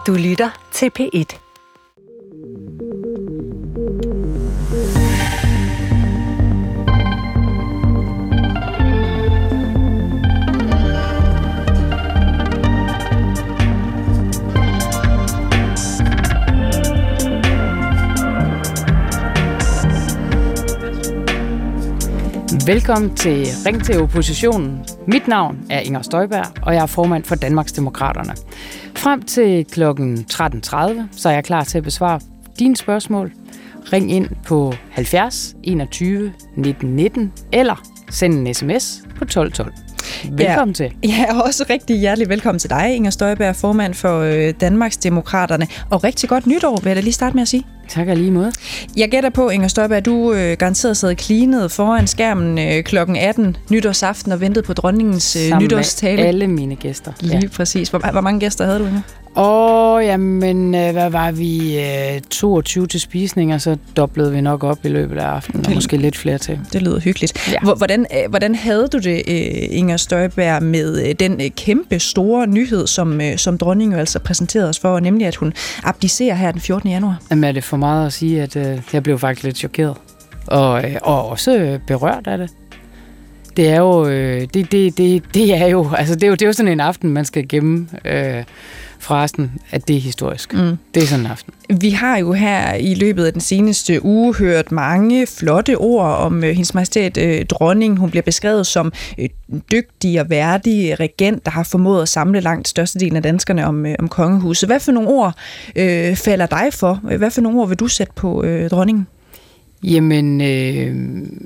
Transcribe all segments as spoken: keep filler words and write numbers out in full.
Du lytter til P et. Velkommen til Ring til Oppositionen. Mit navn er Inger Støjberg, og jeg er formand for Danmarksdemokraterne. Frem til klokken tretten tredive, så er jeg klar til at besvare dine spørgsmål. Ring ind på halvfjerds enogtyve nitten nitten eller send en sms på tolv tolv. Velkommen ja, til. Ja, og også rigtig hjertelig velkommen til dig, Inger Støjberg, formand for øh, Danmarksdemokraterne. Og rigtig godt nytår, vil jeg da lige starte med at sige. Tak og lige måde. Jeg gætter på, Inger Støjberg, du øh, garanteret sad klinet foran skærmen øh, klokken atten nytårsaften og ventede på dronningens øh, nytårstale. Med alle mine gæster. Lige ja. Præcis. Hvor, hvor mange gæster havde du, Inger? Åh, oh, jamen, hvad var vi? toogtyve til spisninger, så doblede vi nok op i løbet af aftenen, og måske lidt flere til. Det lyder hyggeligt. Ja. Hvordan, hvordan havde du det, Inger Støjberg, med den kæmpe store nyhed, som, som dronningen altså præsenterede os for, nemlig at hun abdicerer her den fjortende januar? Jamen, er det for meget at sige, at øh, jeg blev faktisk lidt chokeret, og, og også berørt af det. Det er jo, øh, det, det, det, det er jo, altså det er jo, det er jo sådan en aften, man skal gemme øh, fra resten, at det er historisk. Mm. Det er sådan en aften. Vi har jo her i løbet af den seneste uge hørt mange flotte ord om øh, hendes majestæt øh, dronning. Hun bliver beskrevet som øh, dygtig og værdig regent, der har formået at samle langt størstedelen af danskerne om, øh, om kongehuset. Hvad for nogle ord øh, falder dig for? Hvad for nogle ord vil du sætte på øh, dronningen? Jamen, øh,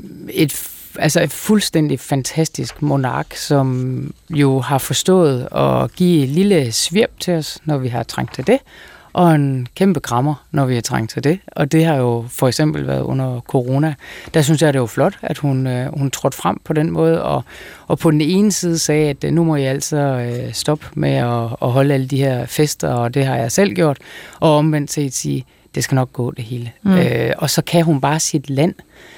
et Altså et fuldstændig fantastisk monark, som jo har forstået at give et lille svirp til os, når vi har trængt til det, og en kæmpe krammer, når vi har trængt til det. Og det har jo for eksempel været under corona. Der synes jeg, det var flot, at hun, øh, hun trådte frem på den måde, og, og på den ene side sagde, at nu må jeg altså øh, stoppe med at, at holde alle de her fester, og det har jeg selv gjort, og omvendt set sige, det skal nok gå det hele. Mm. Øh, og så kan hun bare sit land.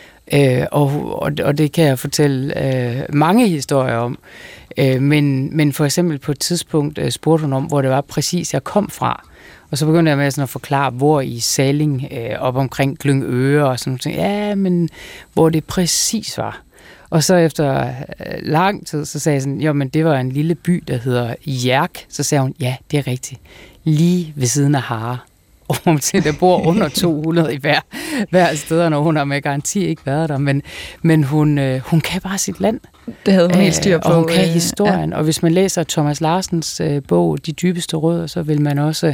Øh, og, og, og det kan jeg fortælle øh, mange historier om. Øh, men, men for eksempel på et tidspunkt øh, spurgte hun om, hvor det var præcis, jeg kom fra. Og så begyndte jeg med sådan at forklare, hvor i Salling, øh, op omkring Glyngøre og sådan noget. Ja, men hvor det præcis var. Og så efter øh, lang tid, så sagde jeg sådan, jo, men det var en lille by, der hedder Hjerk. Så sagde hun, ja, det er rigtigt. Lige ved siden af Hare. Om til der bor under to hundrede i hver, hver sted, når hun har med garanti ikke været der, men, men hun, øh, hun kan bare sit land. Det havde hun helt styr på. Og hun kan historien, ja. Og hvis man læser Thomas Larsens øh, bog, De dybeste rødder, så vil man også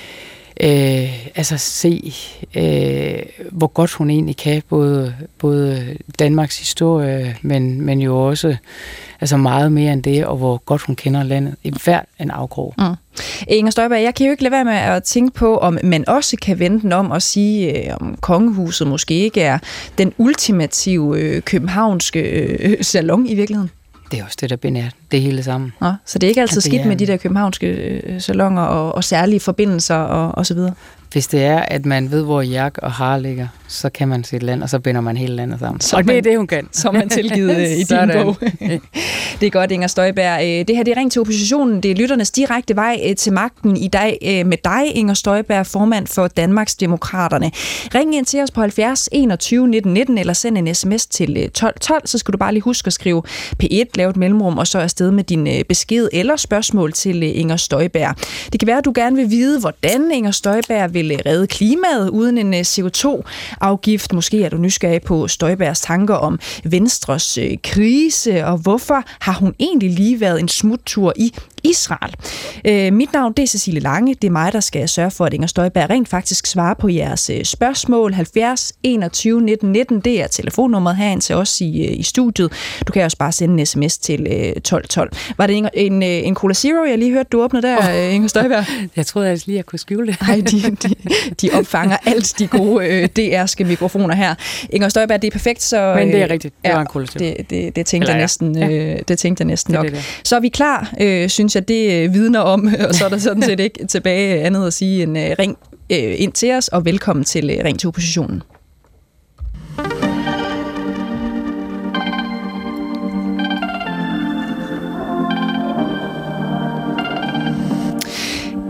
øh, altså se, øh, hvor godt hun egentlig kan, både, både Danmarks historie, men, men jo også altså meget mere end det, og hvor godt hun kender landet i hver en afkrog. Mm. Inger Støjberg, jeg kan jo ikke lade være med at tænke på, om man også kan vende den om og sige, om kongehuset måske ikke er den ultimative øh, københavnske øh, salon i virkeligheden. Det er også det, der binder det hele sammen. Ja, så det er ikke altid skidt er... med de der københavnske øh, salonger og, og særlige forbindelser og, og så videre. Hvis det er, at man ved, hvor Hjerk og Hare ligger, så kan man sit land, og så binder man hele landet sammen. Så og man, det er det, hun kan. Så man tilgivet i din bog. Det er godt, Inger Støjberg. Det her det er Ring til Oppositionen. Det er lytternes direkte vej til magten i dag med dig, Inger Støjberg, formand for Danmarksdemokraterne. Ring ind til os på halvfjerds enogtyve nitten nitten eller send en sms til tolv tolv, så skal du bare lige huske at skrive P et, lave et mellemrum, og så afsted med din besked eller spørgsmål til Inger Støjberg. Det kan være, at du gerne vil vide, hvordan Inger Støjberg vil redde klimaet uden en C O to afgift. Måske er du nysgerrig på Støjbergs tanker om Venstres øh, krise, og hvorfor har hun egentlig lige været en smuttur i Israel. Øh, mit navn det er Cecilie Lange. Det er mig, der skal sørge for, at Inger Støjberg rent faktisk svarer på jeres øh, spørgsmål. halvfjerds enogtyve nitten nitten, det er telefonnummeret herind til os i, øh, i studiet. Du kan også bare sende en sms til øh, tolv tolv. Var det en, en, en Cola Zero, jeg lige hørte, du åbnede der, oh. øh, Inger Støjberg? Jeg troede altså lige, jeg kunne skjule det. Nej, de, de, de opfanger alt de gode øh, D R'ske mikrofoner her. Inger Støjberg, det er perfekt, så... Men det er rigtigt. Det var en Cola Zero. Det, det, det tænkte jeg næsten, øh, det tænkte jeg næsten det, nok. Det, det. Så er vi klar, øh, synes jeg, det vidner om, og så er der sådan set ikke tilbage andet at sige en øh, ring øh, ind til os, og velkommen til øh, Ring til Oppositionen.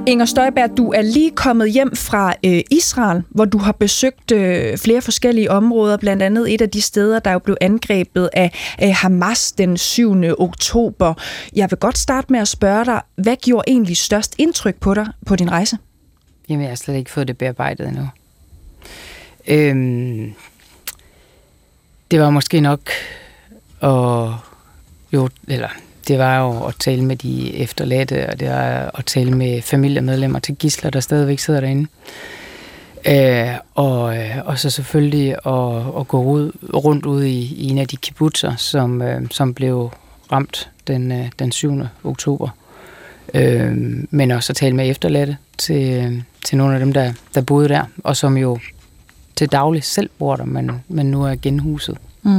Inger Støjberg, du er lige kommet hjem fra øh, Israel, hvor du har besøgt øh, flere forskellige områder, blandt andet et af de steder, der jo blev angrebet af øh, Hamas den syvende oktober. Jeg vil godt starte med at spørge dig, hvad gjorde egentlig størst indtryk på dig på din rejse? Jamen, jeg har slet ikke fået det bearbejdet endnu. Øhm, det var måske nok at, jo, eller det var jo at tale med de efterladte, og det var at tale med familiemedlemmer til gidsler, der stadigvæk sidder derinde. Øh, og, og så selvfølgelig at, at gå ud, rundt ud i, i en af de kibbutzer, som, øh, som blev ramt den, øh, den syvende oktober. Øh, men også at tale med efterladte til, til nogle af dem, der, der boede der, og som jo til daglig selv bor der, men, men nu er genhuset. Mm.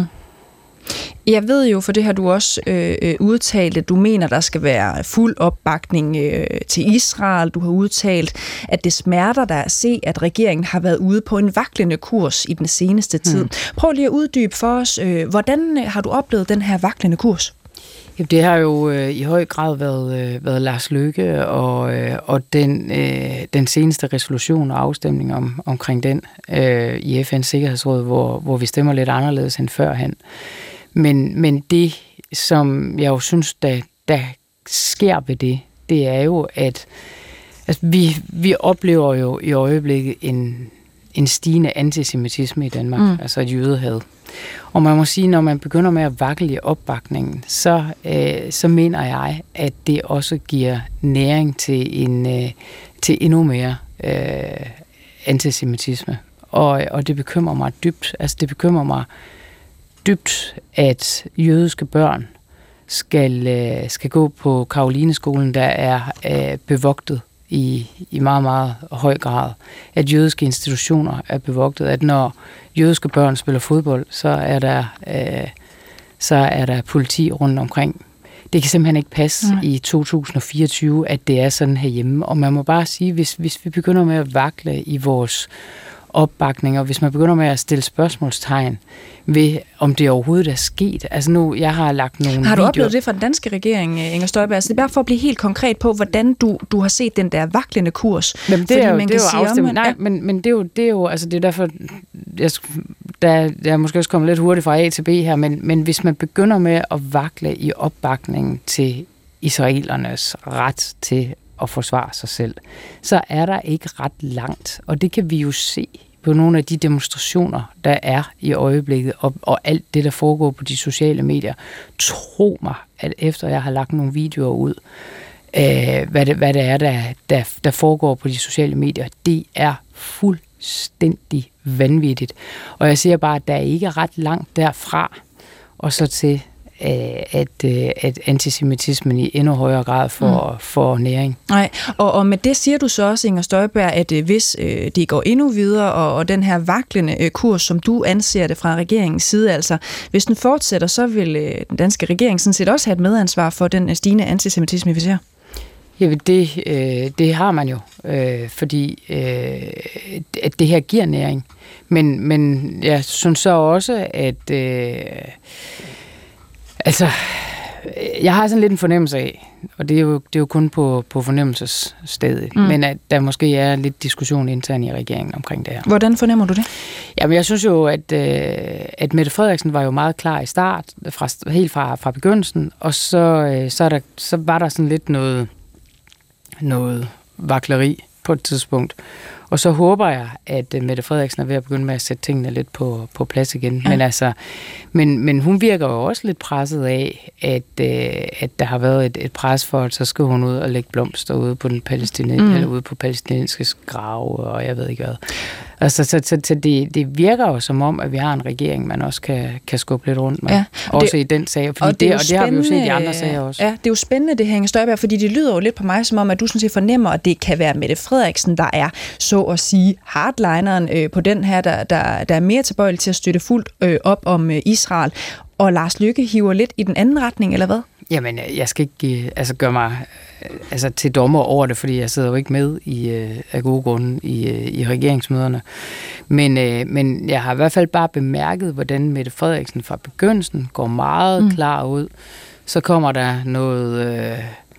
Jeg ved jo, for det har du også øh, udtalt, at du mener, der skal være fuld opbakning øh, til Israel. Du har udtalt, at det smerter dig at se, at regeringen har været ude på en vaklende kurs i den seneste tid. Mm. Prøv lige at uddybe for os, øh, hvordan har du oplevet den her vaklende kurs? Jamen, det har jo øh, i høj grad været, øh, været Lars Løkke, og, øh, og den, øh, den seneste resolution og afstemning om, omkring den øh, i F N's Sikkerhedsråd, hvor, hvor vi stemmer lidt anderledes end førhen. Men, men det, som jeg jo synes, der, der sker ved det, det er jo, at altså, vi, vi oplever jo i øjeblikket en, en stigende antisemitisme i Danmark, mm. altså et jødehad. Og man må sige, når man begynder med at vakle i opbakningen, så, øh, så mener jeg, at det også giver næring til, en, øh, til endnu mere øh, antisemitisme. Og, og det bekymrer mig dybt. Altså det bekymrer mig dybt, at jødiske børn skal, øh, skal gå på Karolineskolen, der er øh, bevogtet i, i meget, meget høj grad. At jødiske institutioner er bevogtet. At når jødiske børn spiller fodbold, så er der, øh, så er der politi rundt omkring. Det kan simpelthen ikke passe Nej. i to tusind og fireogtyve, at det er sådan herhjemme. Og man må bare sige, hvis, hvis vi begynder med at vakle i vores opbakning, og hvis man begynder med at stille spørgsmålstegn ved, om det overhovedet er sket. Altså nu, jeg har lagt nogle Har du videoer. oplevet det fra den danske regering, Inger Støjberg? Altså det er bare for at blive helt konkret på, hvordan du, du har set den der vaklende kurs. Men det er jo, det er jo afstemning. Nej, men, men det er jo, det er jo, altså det er derfor, jeg, der, der er måske også kommet lidt hurtigt fra A til B her, men, men hvis man begynder med at vakle i opbakningen til israelernes ret til at forsvare sig selv, så er der ikke ret langt. Og det kan vi jo se på nogle af de demonstrationer, der er i øjeblikket, og, og alt det, der foregår på de sociale medier. Tro mig, at efter jeg har lagt nogle videoer ud, øh, hvad, det, hvad det er, der, der, der foregår på de sociale medier, det er fuldstændig vanvittigt. Og jeg siger bare, at der er ikke ret langt derfra, og så til At, at antisemitismen i endnu højere grad får, mm. får næring. Nej, og, og med det siger du så også, Inger Støjberg, at hvis øh, det går endnu videre, og, og den her vaklende øh, kurs, som du anser det fra regeringens side, altså hvis den fortsætter, så vil øh, den danske regering sådan set også have et medansvar for den stigende antisemitisme, vi ser? Jamen det, øh, det har man jo, øh, fordi øh, at det her giver næring. Men, men jeg synes så også, at øh, altså, jeg har sådan lidt en fornemmelse af, og det er jo, det er jo kun på, på fornemmelsesstedet, mm. men at der måske er lidt diskussion internt i regeringen omkring det her. Hvordan fornemmer du det? Jamen, jeg synes jo, at, at Mette Frederiksen var jo meget klar i start, fra, helt fra, fra begyndelsen, og så, så, er der, så var der sådan lidt noget, noget vakleri på et tidspunkt. Og så håber jeg, at Mette Frederiksen er ved at begynde med at sætte tingene lidt på, på plads igen. Ja. Men, altså, men, men hun virker jo også lidt presset af, at, øh, at der har været et, et pres for, at så skal hun ud og lægge blomster ude på den palæstinensiske mm. eller ude på palæstinensiske grave, og jeg ved ikke hvad. Altså, så, så, så det, det virker jo som om, at vi har en regering, man også kan, kan skubbe lidt rundt med. Ja, også det, i den sag. Fordi og det, det, og det har vi jo set i andre sager også. Ja, det er jo spændende, det her, Inger Støjberg, fordi det lyder jo lidt på mig som om, at du sådan set fornemmer, at det kan være Mette Frederiksen, der er, så at sige, hardlineren øh, på den her, der, der, der er mere tilbøjelig til at støtte fuldt øh, op om øh, Israel. Og Lars Løkke hiver lidt i den anden retning, eller hvad? Jamen, jeg skal ikke altså, gøre mig altså, til dommer over det, fordi jeg sidder jo ikke med i, øh, af gode grunde i, øh, i regeringsmøderne. Men, øh, men jeg har i hvert fald bare bemærket, hvordan Mette Frederiksen fra begyndelsen går meget mm. klar ud. Så kommer der noget, øh,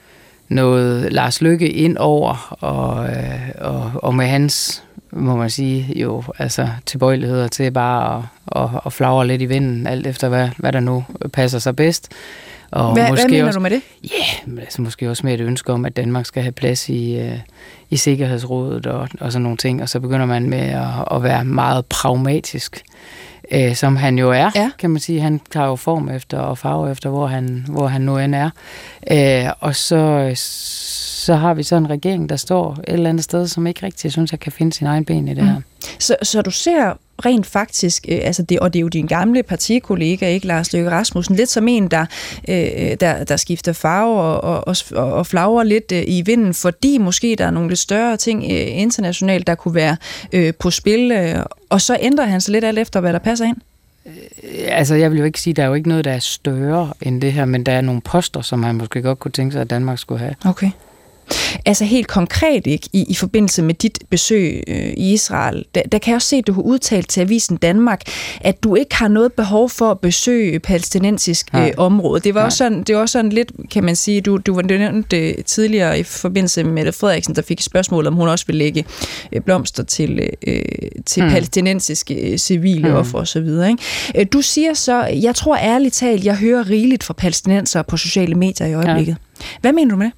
noget Lars Løkke ind over, og, øh, og, og med hans, må man sige, jo, altså tilbøjeligheder til bare at, at, at flagre lidt i vinden, alt efter hvad, hvad der nu passer sig bedst. Og hvad, måske hvad mener også, du med det? Ja, yeah, altså måske også med et ønske om, at Danmark skal have plads i, uh, i Sikkerhedsrådet og, og sådan nogle ting, og så begynder man med at, at være meget pragmatisk, uh, som han jo er, ja. Kan man sige. Han tager jo form efter og farve efter, hvor han, hvor han nu end er. Uh, og så, så har vi så en regering, der står et eller andet sted, som ikke rigtig synes, at kan finde sin egen ben i det mm. her. Så, så du ser rent faktisk, øh, altså det, og det er jo din gamle partikollega, ikke Lars Løkke Rasmussen, lidt som en, der, øh, der, der skifter farve og, og, og, og flagrer lidt øh, i vinden, fordi måske der er nogle lidt større ting øh, internationalt, der kunne være øh, på spil, øh, og så ændrer han sig lidt alt efter, hvad der passer ind? Altså, jeg vil jo ikke sige, at der er jo ikke noget, der er større end det her, men der er nogle poster, som han måske godt kunne tænke sig, at Danmark skulle have. Okay. Altså helt konkret ikke, i, i forbindelse med dit besøg øh, i Israel, der, der kan jeg også se, at du har udtalt til Avisen Danmark, at du ikke har noget behov for at besøge palæstinensisk øh, område. Det var også sådan, det var også sådan lidt, kan man sige, du, du var nævnt det tidligere i forbindelse med Mette Frederiksen, der fik spørgsmål, om hun også ville lægge øh, blomster til, øh, til mm. palæstinensiske øh, civile mm. offer og så videre. Ikke? Du siger så, jeg tror ærligt talt, jeg hører rigeligt fra palæstinensere på sociale medier i øjeblikket. Ja. Hvad mener du med det?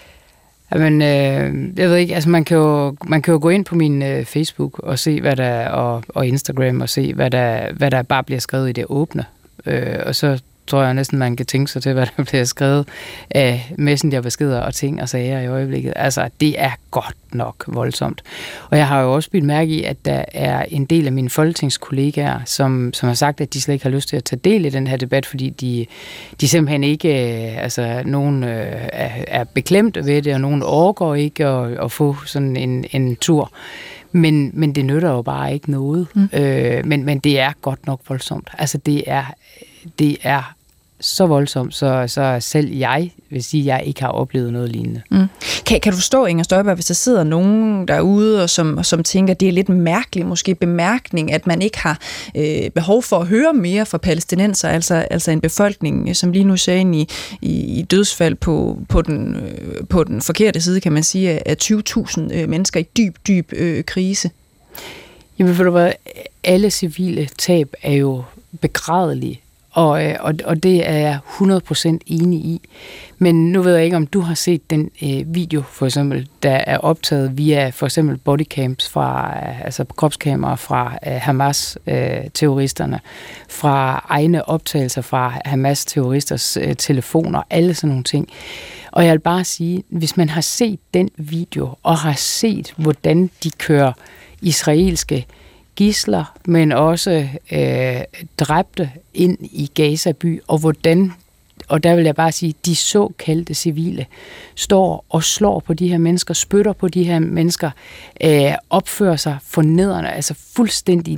Jamen, øh, jeg ved ikke, altså man kan jo, man kan jo gå ind på min øh, Facebook og se, hvad der, og, og Instagram og se, hvad der, hvad der bare bliver skrevet i det åbne. Øh, og så tror jeg næsten, man kan tænke sig til, hvad der bliver skrevet af messengerbeskeder og ting og sager i øjeblikket. Altså, det er godt nok voldsomt. Og jeg har jo også bidt mærke i, at der er en del af mine folketingskollegaer, som, som har sagt, at de slet ikke har lyst til at tage del i den her debat, fordi de, de simpelthen ikke, altså, nogen øh, er, er beklemte ved det, og nogen overgår ikke at, at få sådan en, en tur. Men, men det nytter jo bare ikke noget. Mm. Øh, men, men det er godt nok voldsomt. Altså, det er, det er så voldsomt, så, så selv jeg vil sige, at jeg ikke har oplevet noget lignende. Mm. Kan, kan du forstå, Inger Støjberg, hvis der sidder nogen derude, og som, som tænker, at det er lidt mærkeligt, måske bemærkning, at man ikke har øh, behov for at høre mere fra palæstinenser, altså, altså en befolkning, som lige nu ser ind i, i, i dødsfald på, på, den, øh, på den forkerte side, kan man sige, af tyve tusind øh, mennesker i dyb, dyb øh, krise? Jamen, for du hvad, alle civile tab er jo begrædelige. Og, og, og det er jeg hundrede procent enig i. Men nu ved jeg ikke, om du har set den øh, video, for eksempel, der er optaget via for eksempel bodycams fra, altså kropskameraer fra øh, Hamas-terroristerne, øh, fra egne optagelser fra Hamas-terroristers øh, telefoner, alle sådan nogle ting. Og jeg vil bare sige, hvis man har set den video, og har set, hvordan de kører israelske gidsler, men også øh, dræbte ind i Gaza by, og hvordan, og der vil jeg bare sige, de såkaldte civile står og slår på de her mennesker, spytter på de her mennesker, øh, opfører sig fornedrende, altså fuldstændig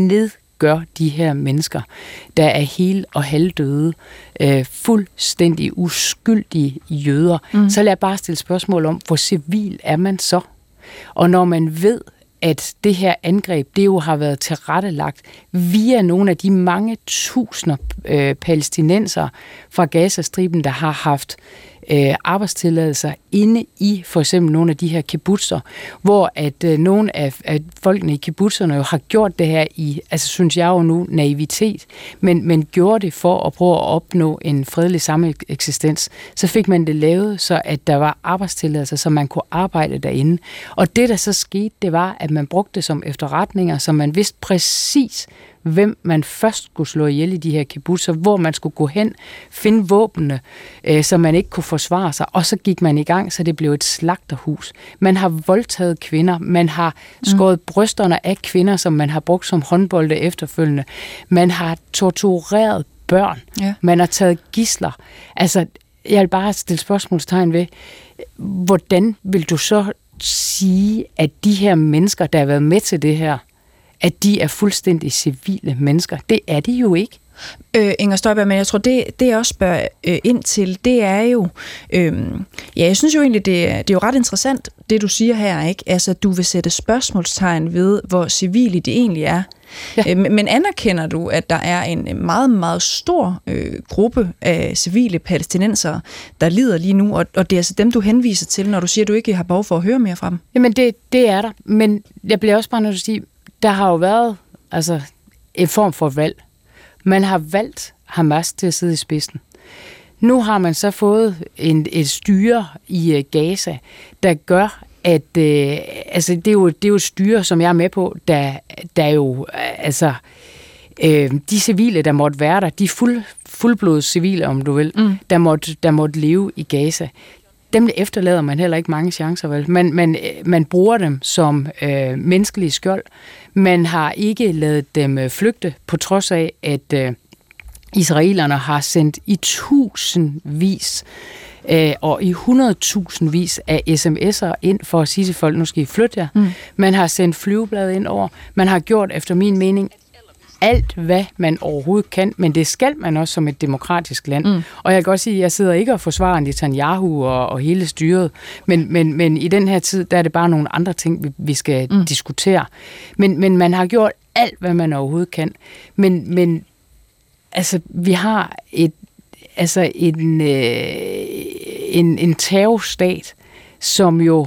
nedgør de her mennesker, der er hele og halvdøde, øh, fuldstændig uskyldige jøder. Mm. Så lad jeg bare stille spørgsmål om, hvor civil er man så? Og når man ved, at det her angreb, det jo har været tilrettelagt via nogle af de mange tusinder øh, palæstinenser fra Gazastriben, der har haft øh, arbejdstilladelser inde i for eksempel nogle af de her kibbutzer, hvor at øh, nogle af, af folkene i kibbutzerne jo har gjort det her i, altså synes jeg jo nu, naivitet, men, men gjorde det for at prøve at opnå en fredelig sameksistens. Så fik man det lavet, så at der var arbejdstilladelser, så man kunne arbejde derinde. Og det, der så skete, det var, at man brugte det som efterretninger, så man vidste præcis, hvem man først skulle slå ihjel i de her kibbutzer, hvor man skulle gå hen, finde våbnene, øh, så man ikke kunne forsvare sig, og så gik man i gang, så det blev et slagterhus. Man har voldtaget kvinder, man har skåret mm. brysterne af kvinder, som man har brugt som håndbolde efterfølgende. Man har tortureret børn, ja. Man har taget gidsler. Altså, jeg vil bare stille spørgsmålstegn ved, hvordan vil du så sige, at de her mennesker, der har været med til det her, at de er fuldstændig civile mennesker? Det er de jo ikke. Øh, Inger Støjberg, men jeg tror, det, det jeg også spørger øh, ind til, det er jo, øh, ja, jeg synes jo egentlig, det er, det er jo ret interessant, det du siger her, ikke? Altså, du vil sætte spørgsmålstegn ved, hvor civile de egentlig er. Ja. Øh, men anerkender du, at der er en meget, meget stor øh, gruppe af civile palæstinensere, der lider lige nu, og, og det er altså dem, du henviser til, når du siger, at du ikke har behov for at høre mere fra dem? Jamen, det, det er der, men jeg bliver også bare nødt til at sige, der har jo været altså, en form for valg. Man har valgt Hamas til at sidde i spidsen. Nu har man så fået en, et styre i Gaza, der gør, at øh, altså, det, er jo, det er jo et styre, som jeg er med på, der, der er jo, altså, øh, de civile, der måtte være der, de fuld, fuldblods civile, om du vil, mm. der, måtte, der måtte leve i Gaza. Dem efterlader man heller ikke mange chancer, vel? Man, man, man bruger dem som øh, menneskelige skjold. Man har ikke ladet dem øh, flygte, på trods af, at øh, israelerne har sendt i tusindvis øh, og i hundredtusindvis af sms'er ind for at sige til folk, nu skal I flytte jer. Mm. Man har sendt flyveblade ind over. Man har gjort, efter min mening, alt, hvad man overhovedet kan, men det skal man også som et demokratisk land. Mm. Og jeg kan godt sige, at jeg sidder ikke og forsvarer Netanyahu og, og hele styret, men, men, men i den her tid, der er det bare nogle andre ting, vi, vi skal mm. diskutere. Men, men man har gjort alt, hvad man overhovedet kan. Men, men altså, vi har et, altså en, øh, en, en terrorstat, som jo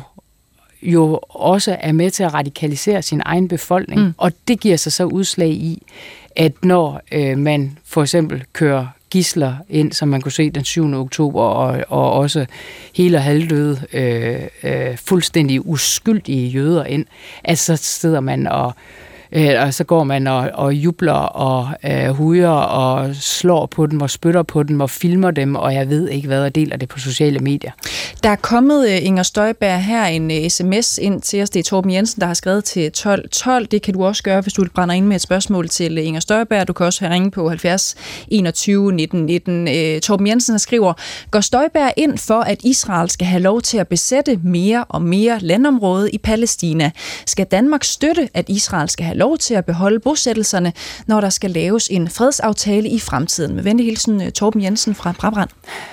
jo også er med til at radikalisere sin egen befolkning. Mm. Og det giver sig så udslag i, at når øh, man for eksempel kører gidsler ind, som man kunne se den syvende oktober, og, og også hele halvdøde, øh, øh, fuldstændig uskyldige jøder ind, at så sidder man og Øh, og så går man og, og jubler og øh, hujer og slår på dem og spytter på dem og filmer dem, og jeg ved ikke hvad, og deler det på sociale medier. Der er kommet, Inger Støjberg, her en sms ind til os. Det er Torben Jensen, der har skrevet til tolv tolv. Det kan du også gøre, hvis du brænder ind med et spørgsmål til Inger Støjberg. Du kan også have ringe på halvfjerds enogtyve nitten nitten. Øh, Torben Jensen skriver, går Støjberg ind for, at Israel skal have lov til at besætte mere og mere landområde i Palæstina? Skal Danmark støtte, at Israel skal have lov til at beholde bosættelserne, når der skal laves en fredsaftale i fremtiden? Med venlig hilsen, Torben Jensen fra Brabrand.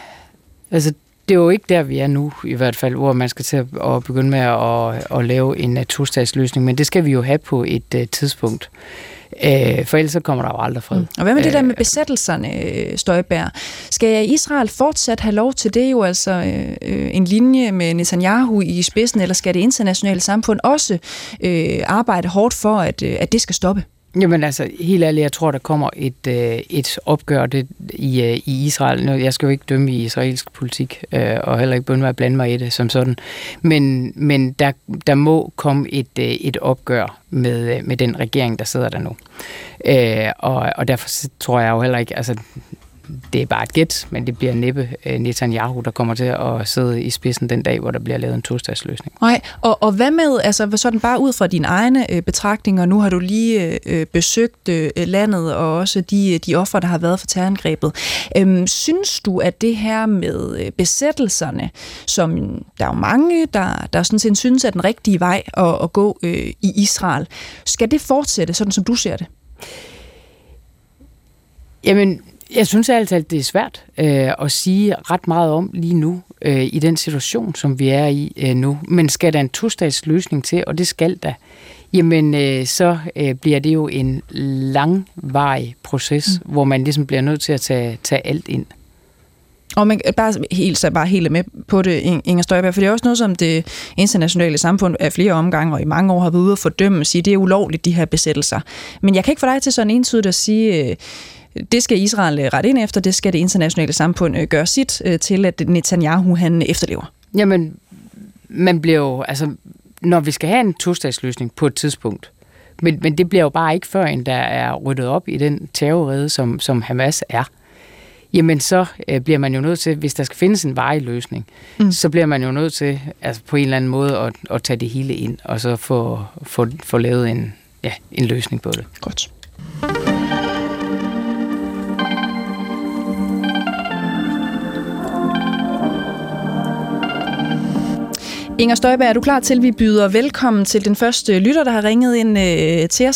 Altså, det er jo ikke der, vi er nu, i hvert fald, hvor man skal til at begynde med at, at lave en to-statsløsning, men det skal vi jo have på et uh, tidspunkt. Uh, for ellers så kommer der jo aldrig fred. Og hvad med det der med besættelserne, Støjberg? Skal Israel fortsat have lov til det, jo altså øh, en linje med Netanyahu i spidsen, eller skal det internationale samfund også øh, arbejde hårdt for, at, at det skal stoppe? Jamen altså, helt ærligt, jeg tror, der kommer et, øh, et opgør det, i, øh, i Israel. Jeg skal jo ikke dømme i israelsk politik, øh, og heller ikke begynde med at blande mig i det som sådan. Men, men der, der må komme et, øh, et opgør med, med den regering, der sidder der nu. Øh, og, og derfor tror jeg jo heller ikke, altså det er bare et gæt, men det bliver næppe Netanyahu, der kommer til at sidde i spidsen den dag, hvor der bliver lavet en to-statsløsning. Nej, og, og hvad med, altså sådan bare ud fra dine egne øh, betragtninger, nu har du lige øh, besøgt øh, landet, og også de, de ofre, der har været for terrorangrebet. Øhm, synes du, at det her med øh, besættelserne, som der er jo mange, der, der sådan set synes er den rigtige vej at, at gå øh, i Israel, skal det fortsætte, sådan som du ser det? Jamen, jeg synes altid, at det er svært øh, at sige ret meget om lige nu, øh, i den situation, som vi er i øh, nu. Men skal der en to-statsløsning til, og det skal der, jamen øh, så øh, bliver det jo en langvarig proces, mm. hvor man ligesom bliver nødt til at tage, tage alt ind. Og man bare helt, så bare helt med på det, Inger Støjberg, for det er også noget, som det internationale samfund af flere omgange og i mange år har været ude at fordømme og sige, det er ulovligt, de her besættelser. Men jeg kan ikke få dig til sådan entydigt at sige, det skal Israel rette ind efter, det skal det internationale samfund gøre sit til, at Netanyahu han efterlever. Jamen, man bliver jo, altså, når vi skal have en to-statsløsning på et tidspunkt, men, men det bliver jo bare ikke før, end der er ryddet op i den terrorrede, som, som Hamas er, jamen så øh, bliver man jo nødt til, hvis der skal findes en varig løsning, mm. så bliver man jo nødt til, altså på en eller anden måde, at, at tage det hele ind, og så få, få, få lavet en, ja, en løsning på det. Godt. Inger Støjberg, er du klar til, at vi byder velkommen til den første lytter, der har ringet ind øh, til os?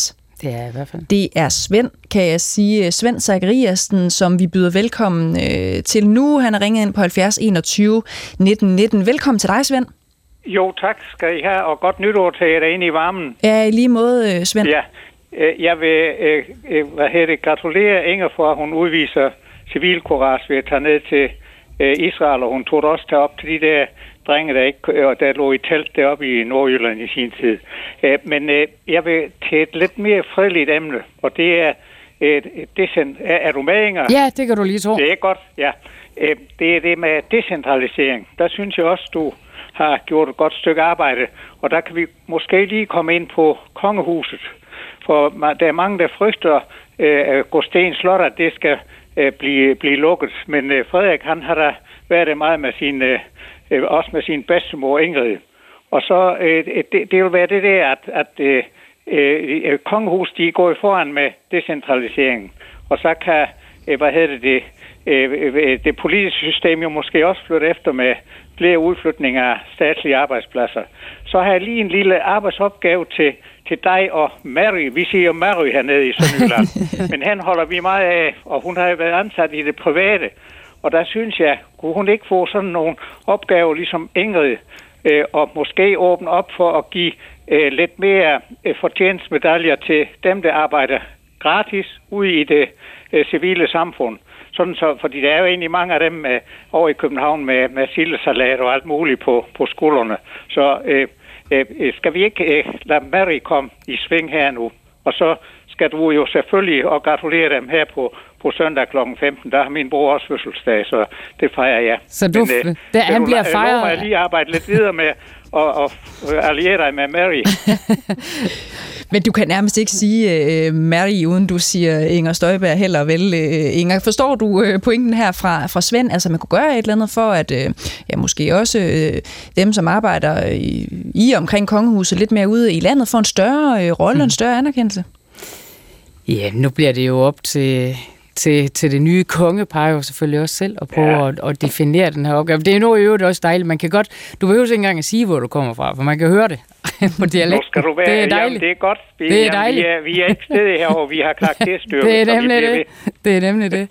Det er i hvert fald. Det er Svend, kan jeg sige. Svend Zachariasen, som vi byder velkommen øh, til nu. Han har ringet ind på halvfjerds enogtyve nitten nitten. Velkommen til dig, Svend. Jo, tak skal I have, og godt nytår til jer derinde i varmen. Ja, i lige måde, Svend. Ja, jeg vil øh, hvad hedder det, gratulere Inger for, at hun udviser civilcourage ved at tage ned til øh, Israel, og hun tog også tage op til de der drenge, der ikke og der lå i telt deroppe i Nordjylland i sin tid. Øh, men øh, jeg vil til et lidt mere fredeligt emne, og det er et, et decent... Er, er du med, Inger? Ja, det kan du lige tro. Det er godt, ja. Øh, det er det med decentralisering. Der synes jeg også, du har gjort et godt stykke arbejde, og der kan vi måske lige komme ind på kongehuset. For der er mange, der frygter øh, Gråsten Slot, at det skal øh, blive, blive lukket. Men øh, Frederik, han har da været det meget med sin, øh, også med sin bedstemor Ingrid. Og så øh, det, det vil være det der, at, at øh, øh, kongehuset, de går i foran med decentraliseringen. Og så kan, øh, hvad hedder det, det, øh, det politiske system jo måske også flytte efter med flere udflytninger af statslige arbejdspladser. Så har jeg lige en lille arbejdsopgave til, til dig og Mary. Vi siger jo Mary hernede i Sønderjylland. Men han holder vi meget af, og hun har jo været ansat i det private. Og der synes jeg, kunne hun ikke få sådan nogle opgaver ligesom Ingrid, øh, og måske åbne op for at give øh, lidt mere øh, fortjenstmedaljer til dem, der arbejder gratis ude i det øh, civile samfund. Sådan så, fordi der er jo egentlig mange af dem øh, over i København med, med sildesalat og alt muligt på, på skuldrene. Så øh, øh, skal vi ikke øh, lade Mary komme i sving her nu? Og så skal du jo selvfølgelig og gratulere dem her på, på søndag klokken femten. Der har min bror også fødselsdag, så det fejrer jeg. Så du, Men, øh, der, han du, bliver fejret? Jeg må lige arbejde lidt videre med og, og alliere dig med Mary. Men du kan nærmest ikke sige uh, Mary, uden du siger Inger Støjberg heller vel. Uh, Inger, forstår du uh, pointen her fra, fra Svend? Altså, man kunne gøre et eller andet for, at uh, ja, måske også uh, dem, som arbejder i, i omkring kongehuset, lidt mere ude i landet, får en større uh, rolle, mm. en større anerkendelse? Ja, nu bliver det jo op til... Til, til det nye kongepar jo selvfølgelig også selv at prøve ja. at, at definere den her opgave. Det er nu i øvrigt også dejligt. Man kan godt, du behøver ikke engang at sige, hvor du kommer fra, for man kan høre det på dialekten. Skal du være, det er dejligt. Jamen, det er godt. Vi, det er jamen, dejligt. Vi er, vi er ikke stedet herovre, vi har karakterstyrke. Det er nemlig det. Det er nemlig det.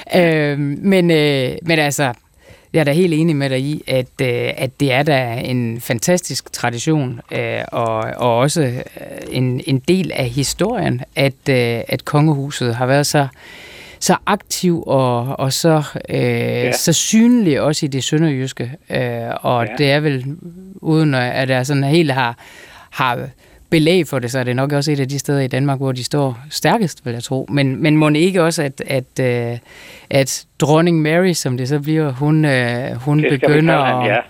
øh, men, øh, men altså, jeg er da helt enig med dig i, at, øh, at det er da en fantastisk tradition, øh, og, og også en, en del af historien, at, øh, at kongehuset har været så så aktiv og, og så, øh, ja. så synlig også i det sønderjyske. Øh, og ja. det er vel, uden at jeg sådan helt har, har belæg for det, så er det nok også et af de steder i Danmark, hvor de står stærkest, vil jeg tro. Men, men må det ikke også, at, at, at, at dronning Mary, som det så bliver, hun, hun begynder at... Ja.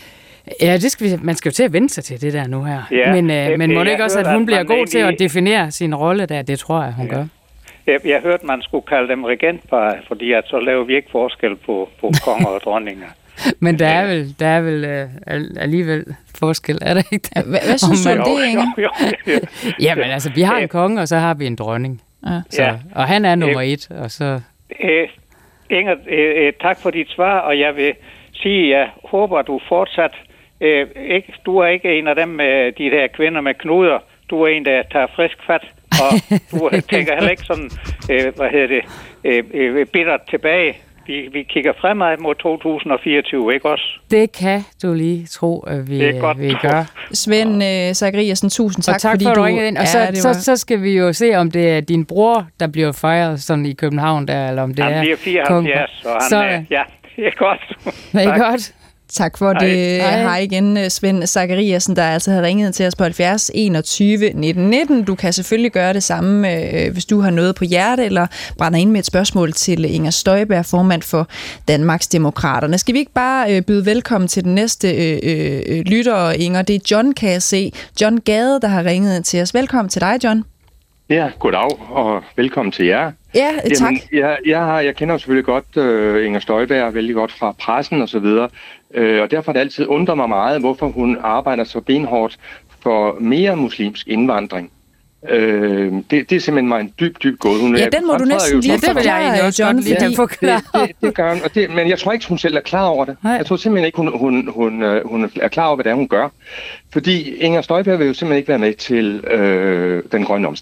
Ja, det skal vi, man skal jo til at vende sig til det der nu her. Ja. Men, øh, men må det ikke også, at hun bliver god til at definere sin rolle der? Det tror jeg, hun ja. gør. Jeg, jeg hørte, man skulle kalde dem regentpar, fordi at så laver vi ikke forskel på, på konger og dronninger. Men der er vel, der er vel uh, alligevel forskel, er der ikke? Hvad, hvad synes du om det, Inger? Jo, jo, jo. Jamen altså, vi har en konge, og så har vi en dronning. Ja. Så, ja. Og han er nummer et, og så... Æ, Inger, øh, tak for dit svar, og jeg vil sige, at jeg håber, du fortsat... Øh, ikke, du er ikke en af dem med de der kvinder med knuder. Du er en, der tager frisk fat. Og du tænker heller ikke sådan, øh, hvad hedder det, øh, øh, bittert tilbage. Vi, vi kigger fremad mod to tusind og fireogtyve, ikke også? Det kan du lige tro, at vi, vi gør. Svend øh, Zachariasen, tusind tak, og tak fordi for, du... ringede ind. Og så, ja, så, så skal vi jo se, om det er din bror, der bliver fejret sådan i København der, eller om det han er... Han bliver fireoghalvfjerds, og han så, er... Ja, det er godt. Det er godt. Tak for det. Hej. Hej igen, Svend Zachariasen, der altså har ringet til os på halvfjerds enogtyve nitten nitten. Du kan selvfølgelig gøre det samme, hvis du har noget på hjerte, eller brænder ind med et spørgsmål til Inger Støjberg, formand for Danmarksdemokraterne. Skal vi ikke bare byde velkommen til den næste øh, øh, lytter, Inger? Det er John, kan jeg se. John Gade, der har ringet til os. Velkommen til dig, John. Ja, goddag, og velkommen til jer. Ja, tak. Jamen, jeg, jeg, har, jeg kender selvfølgelig godt uh, Inger Støjberg, vældig godt fra pressen og så videre, uh, og derfor har det altid undret mig meget, hvorfor hun arbejder så benhårdt for mere muslimsk indvandring. Uh, det, det er simpelthen mig en dyb, dyb gåde. Hun ja, den må du næsten lige forklare, John. Fordi... Det, det, det, det gør hun, og det, men jeg tror ikke, hun selv er klar over det. Nej. Jeg tror simpelthen ikke, hun, hun, hun, hun er klar over, hvad det er, hun gør. Fordi Inger Støjberg vil jo simpelthen ikke være med til øh, den grønne omstilling.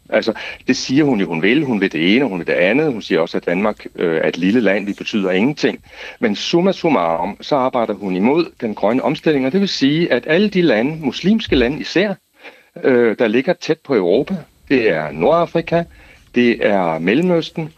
Altså, det siger hun jo, hun vil. Hun vil det ene, hun vil det andet. Hun siger også, at Danmark øh, er et lille land, vi betyder ingenting. Men summa summarum, så arbejder hun imod den grønne omstilling, og det vil sige, at alle de lande, muslimske lande især, øh, der ligger tæt på Europa, det er Nordafrika, det er Mellemøsten,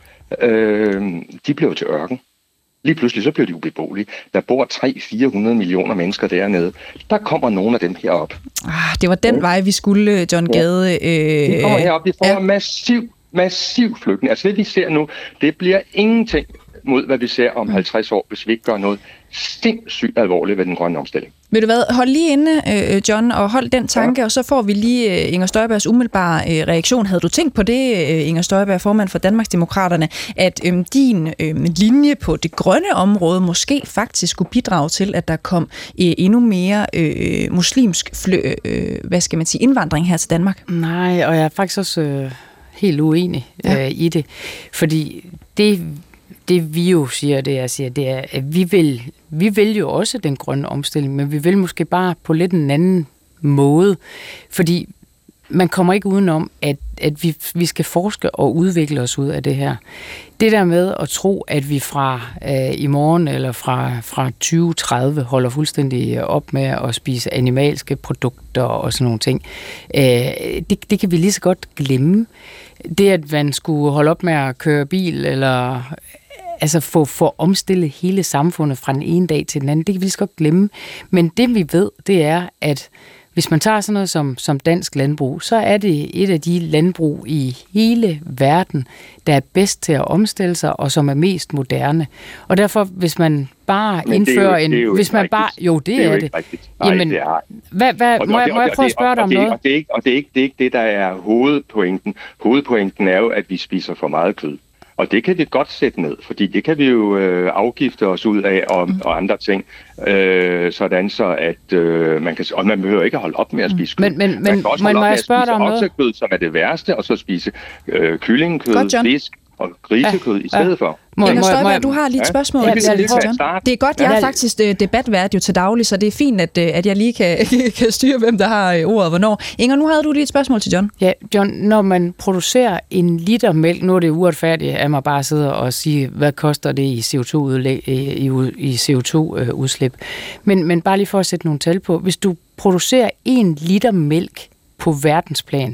øh, de bliver til ørken. Lige pludselig så bliver de ubeboelige. Der bor tre til fire hundrede millioner mennesker dernede. Der kommer nogle af dem herop. Ah, det var den ja. vej, vi skulle, John Gade. Øh, de kommer herop, vi får ja. massiv, massiv flygtning. Altså det, vi ser nu, det bliver ingenting mod, hvad vi ser om halvtreds år, hvis vi ikke gør noget sindssygt alvorligt ved den grønne omstilling. Ved du hvad, hold lige inde, John, og hold den tanke, ja. og så får vi lige Inger Støjbergs umiddelbare reaktion. Havde du tænkt på det, Inger Støjberg, formand for Danmarksdemokraterne, at øhm, din øhm, linje på det grønne område måske faktisk skulle bidrage til, at der kom øh, endnu mere øh, muslimsk flø, øh, hvad skal man sige, indvandring her til Danmark? Nej, og jeg er faktisk også øh, helt uenig ja. øh, i det, fordi det Det vi jo siger, det jeg siger, det er, at vi vil, vi vil jo også den grønne omstilling, men vi vil måske bare på lidt en anden måde, fordi man kommer ikke udenom, at, at vi, vi skal forske og udvikle os ud af det her. Det der med at tro, at vi fra øh, i morgen eller fra, fra tyve tredive holder fuldstændig op med at spise animalske produkter og sådan nogle ting, øh, det, det kan vi lige så godt glemme. Det, at man skulle holde op med at køre bil eller altså få, få omstillet hele samfundet fra den ene dag til den anden, det kan vi lige så godt glemme. Men det vi ved, det er, at hvis man tager sådan noget som, som dansk landbrug, så er det et af de landbrug i hele verden, der er bedst til at omstille sig, og som er mest moderne. Og derfor, hvis man bare Men indfører jo, en... hvis man bare, jo, det, det er, er det. Nej, Jamen, det er. Hvad, hvad, må, jeg, må jeg prøve at spørge dig om noget? Og det er ikke, og det er ikke, det er ikke det, der er hovedpointen. Hovedpointen er jo, at vi spiser for meget kød. Og det kan vi godt sætte ned, fordi det kan vi jo øh, afgifte os ud af og, mm. og andre ting, øh, sådan så at øh, man kan, og man behøver ikke holde op med at spise kød. Men, men, man men, kan også men holde må op jeg spørge dig om noget? Oksekød, som er det værste, og så spise øh, kyllingekød, fisk og grisekød ja. i stedet ja. for. Inger Støjberg, du har lige et spørgsmål. Ja, det, er lidt det er godt, jeg er faktisk debatvært jo til daglig, så det er fint, at, at jeg lige kan, kan styre, hvem der har ordet hvornår. Inger, nu havde du lige et spørgsmål til John. Ja, John, når man producerer en liter mælk, nu er det uretfærdigt, at man bare sidder og siger, hvad koster det i C O to udlæg, i, i C O to udslip. Men, men bare lige for at sætte nogle tal på, hvis du producerer en liter mælk på verdensplan,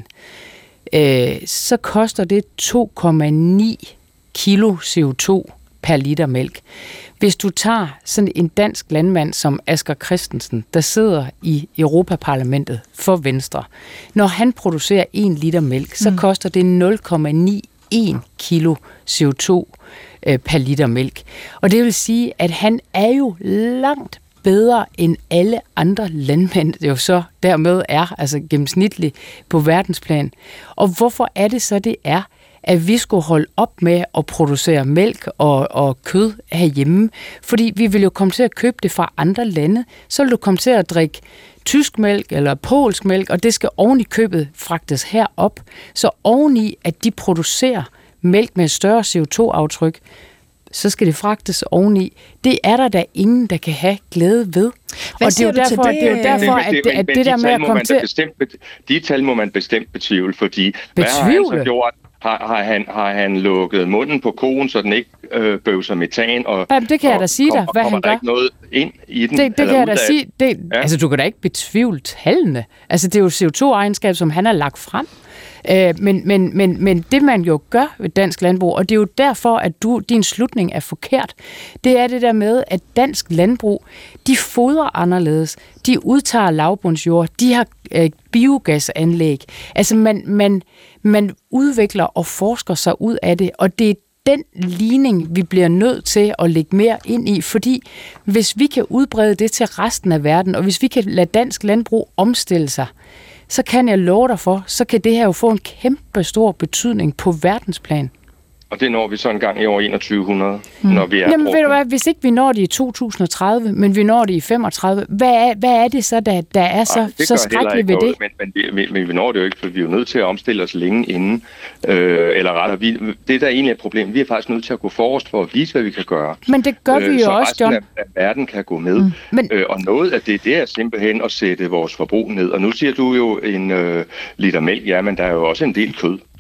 øh, så koster det to komma ni kilo C O to per liter mælk. Hvis du tager sådan en dansk landmand som Asger Christensen, der sidder i Europaparlamentet for Venstre, når han producerer en liter mælk, så mm. koster det nul komma ni en kilo C O to øh, per liter mælk. Og det vil sige, at han er jo langt bedre end alle andre landmænd, det jo så dermed er, altså gennemsnitligt på verdensplan. Og hvorfor er det så, det er, at vi skulle holde op med at producere mælk og, og kød herhjemme? Fordi vi vil jo komme til at købe det fra andre lande. Så vil du komme til at drikke tysk mælk eller polsk mælk, og det skal oven i købet fragtes herop. Så oveni, at de producerer mælk med et større C O to aftryk, så skal det fragtes oveni. Det er der da ingen, der kan have glæde ved. Hvad og det er jo derfor, det? det er jo derfor, at det, at det der med at komme til... Bestemt, de tal må man bestemt betvivle, fordi betvivle? Hvad har han så gjort? Har, har, han, har han lukket munden på koen, så den ikke øh, bøvser metan? Og, Jamen, det kan jeg da sige dig, hvad han gør. Ikke noget ind i den? Det, det kan jeg da sige. Det, ja. Altså, du kan da ikke betvivle tallene. Altså, det er jo C O to egenskab, som han har lagt frem. Øh, men, men, men, men det, man jo gør ved dansk landbrug, og det er jo derfor, at du, din slutning er forkert, det er det der med, at dansk landbrug, de fodrer anderledes. De udtager lavbundsjord, de har øh, biogasanlæg. Altså, man, man, man udvikler og forsker sig ud af det, og det er den ligning, vi bliver nødt til at lægge mere ind i, fordi hvis vi kan udbrede det til resten af verden, og hvis vi kan lade dansk landbrug omstille sig, så kan jeg love dig for, så kan det her jo få en kæmpe stor betydning på verdensplan. Og det når vi så en gang i år enogtyve hundrede, mm. når vi er... Jamen ved du hvad, hvis ikke vi når det i to tusind og tredive, men vi når det i femogtredive, hvad er, hvad er det så, der, der er så, Ej, så skrækkeligt ved det? Men, men, vi, men vi når det jo ikke, for vi er jo nødt til at omstille os længe inden. Øh, eller rettere, vi, det der egentlig er et problem, vi er faktisk nødt til at gå forrest for at vise, hvad vi kan gøre. Men det gør vi øh, jo også, John. Så resten af verden kan gå med. Mm. Men... Øh, og noget af det, det er simpelthen at sætte vores forbrug ned. Og nu siger du jo en øh, liter mælk, ja, men der er jo også en del kød.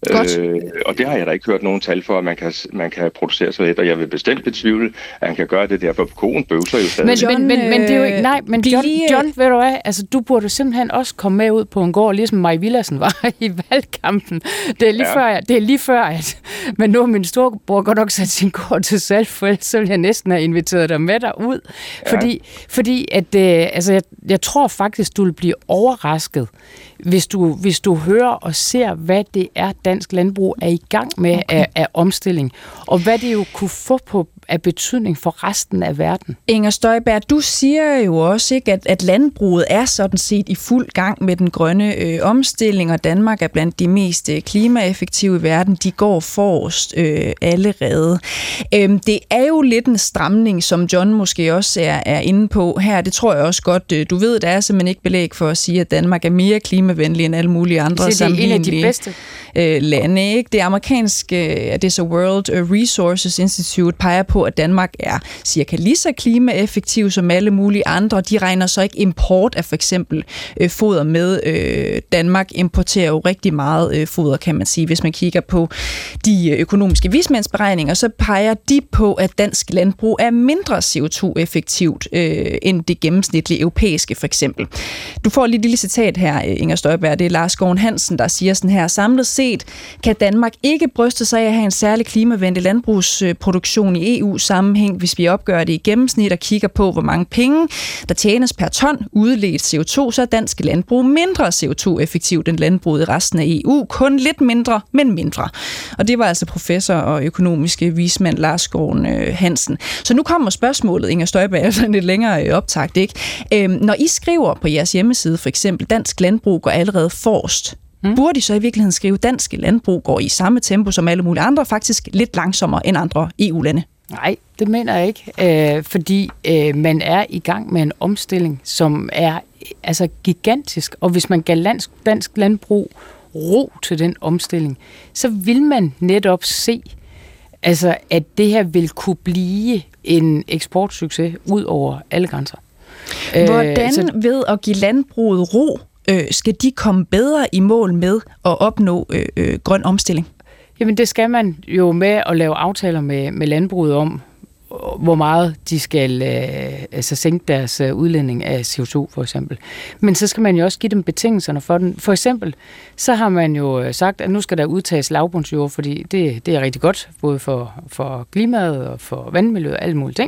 Øh, og det har jeg da ikke hørt nogen tal for, at man kan, man kan producere så lidt, og jeg vil bestemt betvivle, at han kan gøre det, derfor koen bøvser jo stadig. Men, John, men, men, men det er jo ikke, nej, men John, John, ved du hvad, altså du burde simpelthen også komme med ud på en gård, ligesom Maj Villadsen var i valgkampen. Det er lige ja. før, det er lige før, at, men nu har min storebror godt nok sat sin gård til salg, for så vil jeg næsten have inviteret dig med derud, ja. fordi, fordi at, øh, altså jeg, jeg tror faktisk, du vil blive overrasket, hvis du, hvis du hører og ser, hvad det er, dansk landbrug er i gang med okay. af, af omstilling, og hvad det jo kunne få på af betydning for resten af verden. Inger Støjberg, du siger jo også, ikke, at, at landbruget er sådan set i fuld gang med den grønne øh, omstilling, og Danmark er blandt de mest øh, klimaeffektive i verden. De går forrest øh, allerede. Øhm, det er jo lidt en stramning, som John måske også er, er inde på her. Det tror jeg også godt, øh, du ved, der er simpelthen ikke belæg for at sige, at Danmark er mere klimavenlig end alle mulige andre sammenlignelige en af de bedste øh, lande. Ikke? Det amerikanske, det er så World Resources Institute, peger på, at Danmark er cirka lige så klimaeffektiv som alle mulige andre. De regner så ikke import af for eksempel øh, foder med. Øh, Danmark importerer jo rigtig meget øh, foder, kan man sige. Hvis man kigger på de økonomiske vismandsberegninger, så peger de på, at dansk landbrug er mindre C O to effektivt øh, end det gennemsnitlige europæiske for eksempel. Du får lige et lille citat her, Inger Støjberg. Det er Lars Gården Hansen, der siger sådan her: samlet set kan Danmark ikke bryste sig af at have en særlig klimavenlig landbrugsproduktion i E U sammenhæng, hvis vi opgør det i gennemsnit og kigger på, hvor mange penge der tjenes per ton udledt C O to, så er dansk landbrug mindre C O to effektivt end landbruget i resten af E U. Kun lidt mindre, men mindre. Og det var altså professor og økonomiske vismand Lars Gården Hansen. Så nu kommer spørgsmålet, Inger Støjberg, sådan lidt længere optakt, ikke? Øhm, når I skriver på jeres hjemmeside, for eksempel, dansk landbrug går allerede forrest, Hmm. burde de så i virkeligheden skrive, danske landbrug går i samme tempo som alle mulige andre, faktisk lidt langsommere end andre E U-lande? Nej, det mener jeg ikke, øh, fordi øh, man er i gang med en omstilling, som er altså gigantisk, og hvis man gav dansk, dansk landbrug ro til den omstilling, så vil man netop se, altså, at det her vil kunne blive en eksportsucces ud over alle grænser. Hvordan øh, så... ved at give landbruget ro, øh, skal de komme bedre i mål med at opnå øh, øh, grøn omstilling? Jamen det skal man jo med at lave aftaler med, med landbruget om, hvor meget de skal øh, altså sænke deres øh, udledning af C O to for eksempel. Men så skal man jo også give dem betingelserne for den. For eksempel, så har man jo sagt, at nu skal der udtages lavbundsjord, fordi det, det er rigtig godt, både for, for klimaet og for vandmiljøet og alle mulige ting.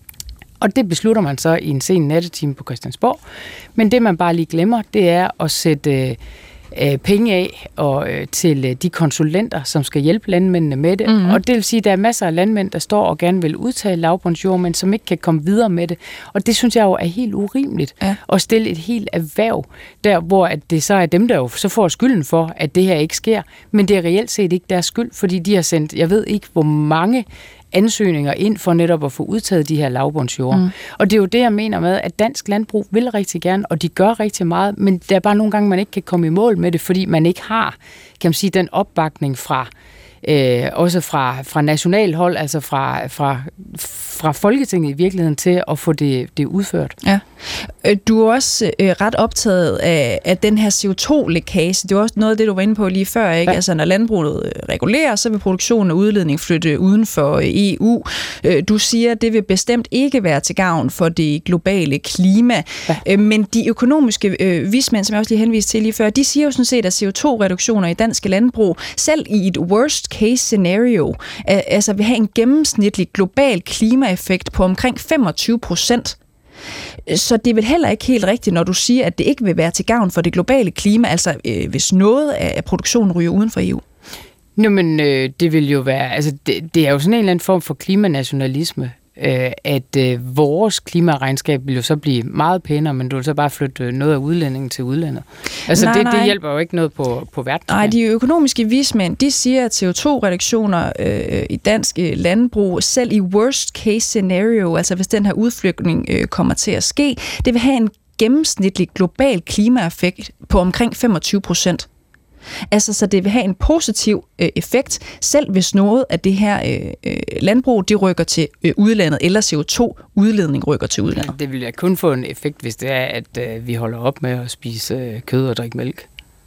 Og det beslutter man så i en sen nattetime på Christiansborg. Men det man bare lige glemmer, det er at sætte øh, penge af og, øh, til øh, de konsulenter, som skal hjælpe landmændene med det. Mm-hmm. Og det vil sige, at der er masser af landmænd, der står og gerne vil udtage lavbundsjord, men som ikke kan komme videre med det. Og det synes jeg jo er helt urimeligt, ja. At stille et helt erhverv, der hvor at det så er dem, der jo så får skylden for, at det her ikke sker. Men det er reelt set ikke deres skyld, fordi de har sendt, jeg ved ikke hvor mange ansøgninger ind for netop at få udtaget de her lavbundsjord. Mm. Og det er jo det, jeg mener med, at dansk landbrug vil rigtig gerne, og de gør rigtig meget, men der er bare nogle gange, man ikke kan komme i mål med det, fordi man ikke har, kan man sige, den opbakning fra, øh, også fra, fra nationalhold, altså fra, fra, fra Folketinget i virkeligheden til at få det, det udført. Ja. Du er også øh, ret optaget af, af den her C O to-lækage. Det var også noget af det, du var inde på lige før, ikke? Ja. Altså, når landbruget regulerer, så vil produktion og udledning flytte uden for E U. Du siger, at det vil bestemt ikke være til gavn for det globale klima. Ja. Men de økonomiske øh, vismænd, som jeg også lige henviste til lige før, de siger jo sådan set, at C O to-reduktioner i danske landbrug, selv i et worst case scenario, altså vil have en gennemsnitlig global klimaeffekt på omkring femogtyve procent. Så det er vel heller ikke helt rigtigt, når du siger, at det ikke vil være til gavn for det globale klima, altså øh, hvis noget af produktionen ryger uden for E U? Nå, men øh, det vil jo være, altså det, det er jo sådan en eller anden form for klimanationalisme, øh, at øh, vores klimaregnskab vil jo så blive meget pænere, men du vil så bare flytte noget af udlændingen til udlandet. Altså nej, det, nej. det hjælper jo ikke noget på, på verden. Nej, de økonomiske vismænd, de siger, at C O to-reduktioner øh, i dansk landbrug, selv i worst case scenario, altså hvis den her udflytning øh, kommer til at ske, det vil have en gennemsnitlig global klimaeffekt på omkring femogtyve procent. Altså, så det vil have en positiv øh, effekt, selv hvis noget af det her øh, landbrug, det rykker til øh, udlandet, eller C O to-udledning rykker til udlandet. Det vil ja kun få en effekt, hvis det er, at øh, vi holder op med at spise øh, kød og drikke mælk.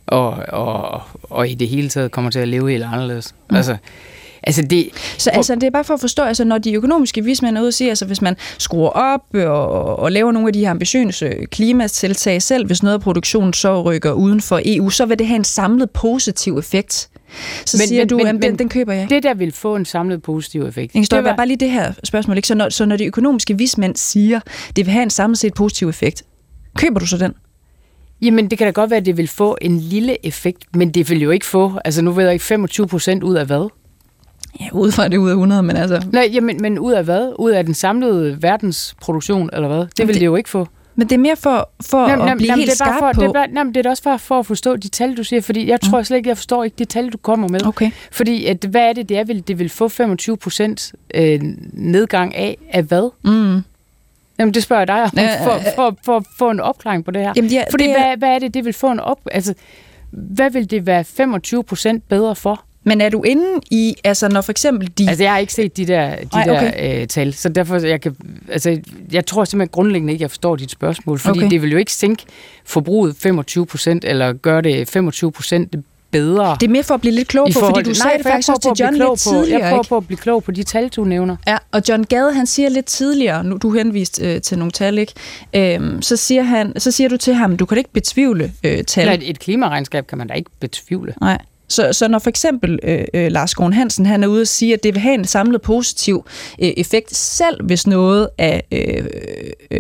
og, og, og i det hele taget kommer til at leve helt anderledes. Mm. Altså, altså det, så altså, det er bare for at forstå, altså, når de økonomiske vismænd er ude og siger, altså, hvis man skruer op og, og laver nogle af de her ambitiøse klimatiltag selv, hvis noget af produktionen så rykker uden for E U, så vil det have en samlet positiv effekt. Så men, siger men, du, men, den, den køber jeg ikke. Det der vil få en samlet positiv effekt. Det var bare lige det her spørgsmål. Ikke? Så, når, så når de økonomiske vismænd siger, det vil have en samlet set positiv effekt, køber du så den? Jamen, det kan da godt være, at det vil få en lille effekt, men det vil jo ikke få, altså nu ved jeg ikke, femogtyve procent ud af hvad? Ja, ud fra det ud af hundrede, men altså... Nej, jamen, men ud af hvad? Ud af den samlede verdensproduktion, eller hvad? Det vil det, det jo ikke få. Men det er mere for, for jamen, at blive jamen, helt det skarp for, på... Det er, bare, jamen, det er også for, for at forstå de tal, du siger, fordi jeg tror mm. slet ikke, jeg forstår ikke de tal, du kommer med. Okay. Fordi, at, hvad er det, det er, vil, det vil få femogtyve procent øh, nedgang af, af hvad? Mm. Jamen, det spørger jeg dig om, for, for, for at få en opklaring på det her. Jamen, ja, fordi, det er... hvad, hvad er det, det vil få en op... Altså, hvad vil det være femogtyve procent bedre for? Men er du inde i, altså når for eksempel de... Altså, jeg har ikke set de der, de Ej, okay. der øh, tal, så derfor, jeg kan... Altså, jeg tror simpelthen grundlæggende ikke, jeg forstår dit spørgsmål, fordi okay. det vil jo ikke sænke forbruget femogtyve procent, eller gøre det femogtyve procent bedre. Det er mere for at blive lidt klog på, fordi du nej, sagde det faktisk også til John lidt tidligere. Jeg prøver på at blive klog på de tal, du nævner. Ja, og John Gade, han siger lidt tidligere, nu du henvist øh, til nogle tal, ikke? Øhm, så, siger han, så siger du til ham, du kan ikke betvivle øh, tal. Eller et, et klimaregnskab kan man da ikke betvivle. Nej. Så, så når for eksempel øh, øh, Lars Gården Hansen, han er ude og sige, at det vil have en samlet positiv øh, effekt, selv hvis noget af øh, øh,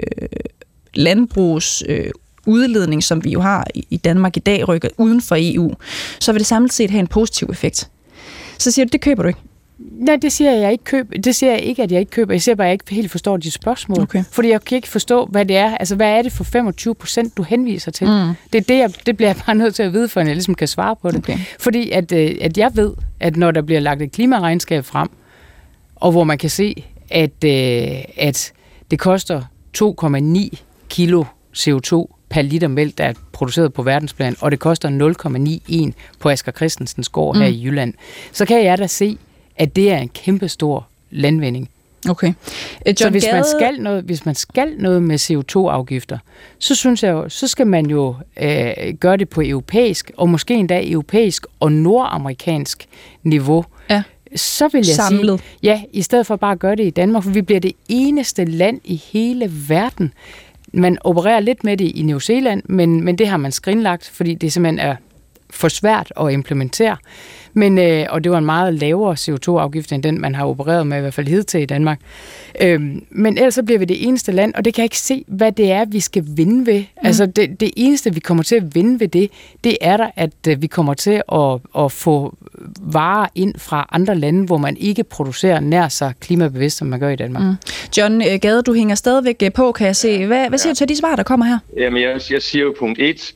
landbrugs øh, udledning, som vi jo har i Danmark i dag, rykker uden for E U, så vil det samlet set have en positiv effekt. Så siger du, det køber du ikke? Nej, det siger jeg ikke køb. Det siger jeg ikke, at jeg ikke køber. Jeg siger bare, at jeg ikke helt forstår dit spørgsmål. Okay. Fordi jeg kan ikke forstå, hvad det er. Altså, hvad er det for femogtyve procent, du henviser til? Mm. Det, er det, jeg, det bliver jeg bare nødt til at vide, for at jeg ligesom kan svare på det. Okay. Fordi at, at jeg ved, at når der bliver lagt et klimaregnskab frem, og hvor man kan se, at, at det koster to komma ni kilo C O to per liter mælk, der er produceret på verdensplan, og det koster nul komma niogtyve på Asger Christensens gård mm. her i Jylland, så kan jeg da se, at det er en kæmpe stor landvinding. Okay. John så hvis, Gade... man skal noget, hvis man skal noget med C O to afgifter, så synes jeg jo, så skal man jo øh, gøre det på europæisk, og måske endda europæisk og nordamerikansk niveau. Ja. Så vil jeg Samlet. sige, ja, i stedet for bare at gøre det i Danmark, for vi bliver det eneste land i hele verden. Man opererer lidt med det i New Zealand, men, men det har man skrinlagt, fordi det simpelthen er for svært at implementere. Men, øh, og det var en meget lavere C O to afgift, end den, man har opereret med, i hvert fald hidtil i Danmark. Øhm, men ellers så bliver vi det eneste land, og det kan jeg ikke se, hvad det er, vi skal vinde ved. Mm. Altså det, det eneste, vi kommer til at vinde ved det, det er der, at øh, vi kommer til at, at få varer ind fra andre lande, hvor man ikke producerer nær så klimabevidst, som man gør i Danmark. Mm. John Gade, du hænger stadigvæk på, kan jeg se. Hvad, hvad siger ja. du til de svar, der kommer her? Jamen, jeg, jeg siger jo punkt et,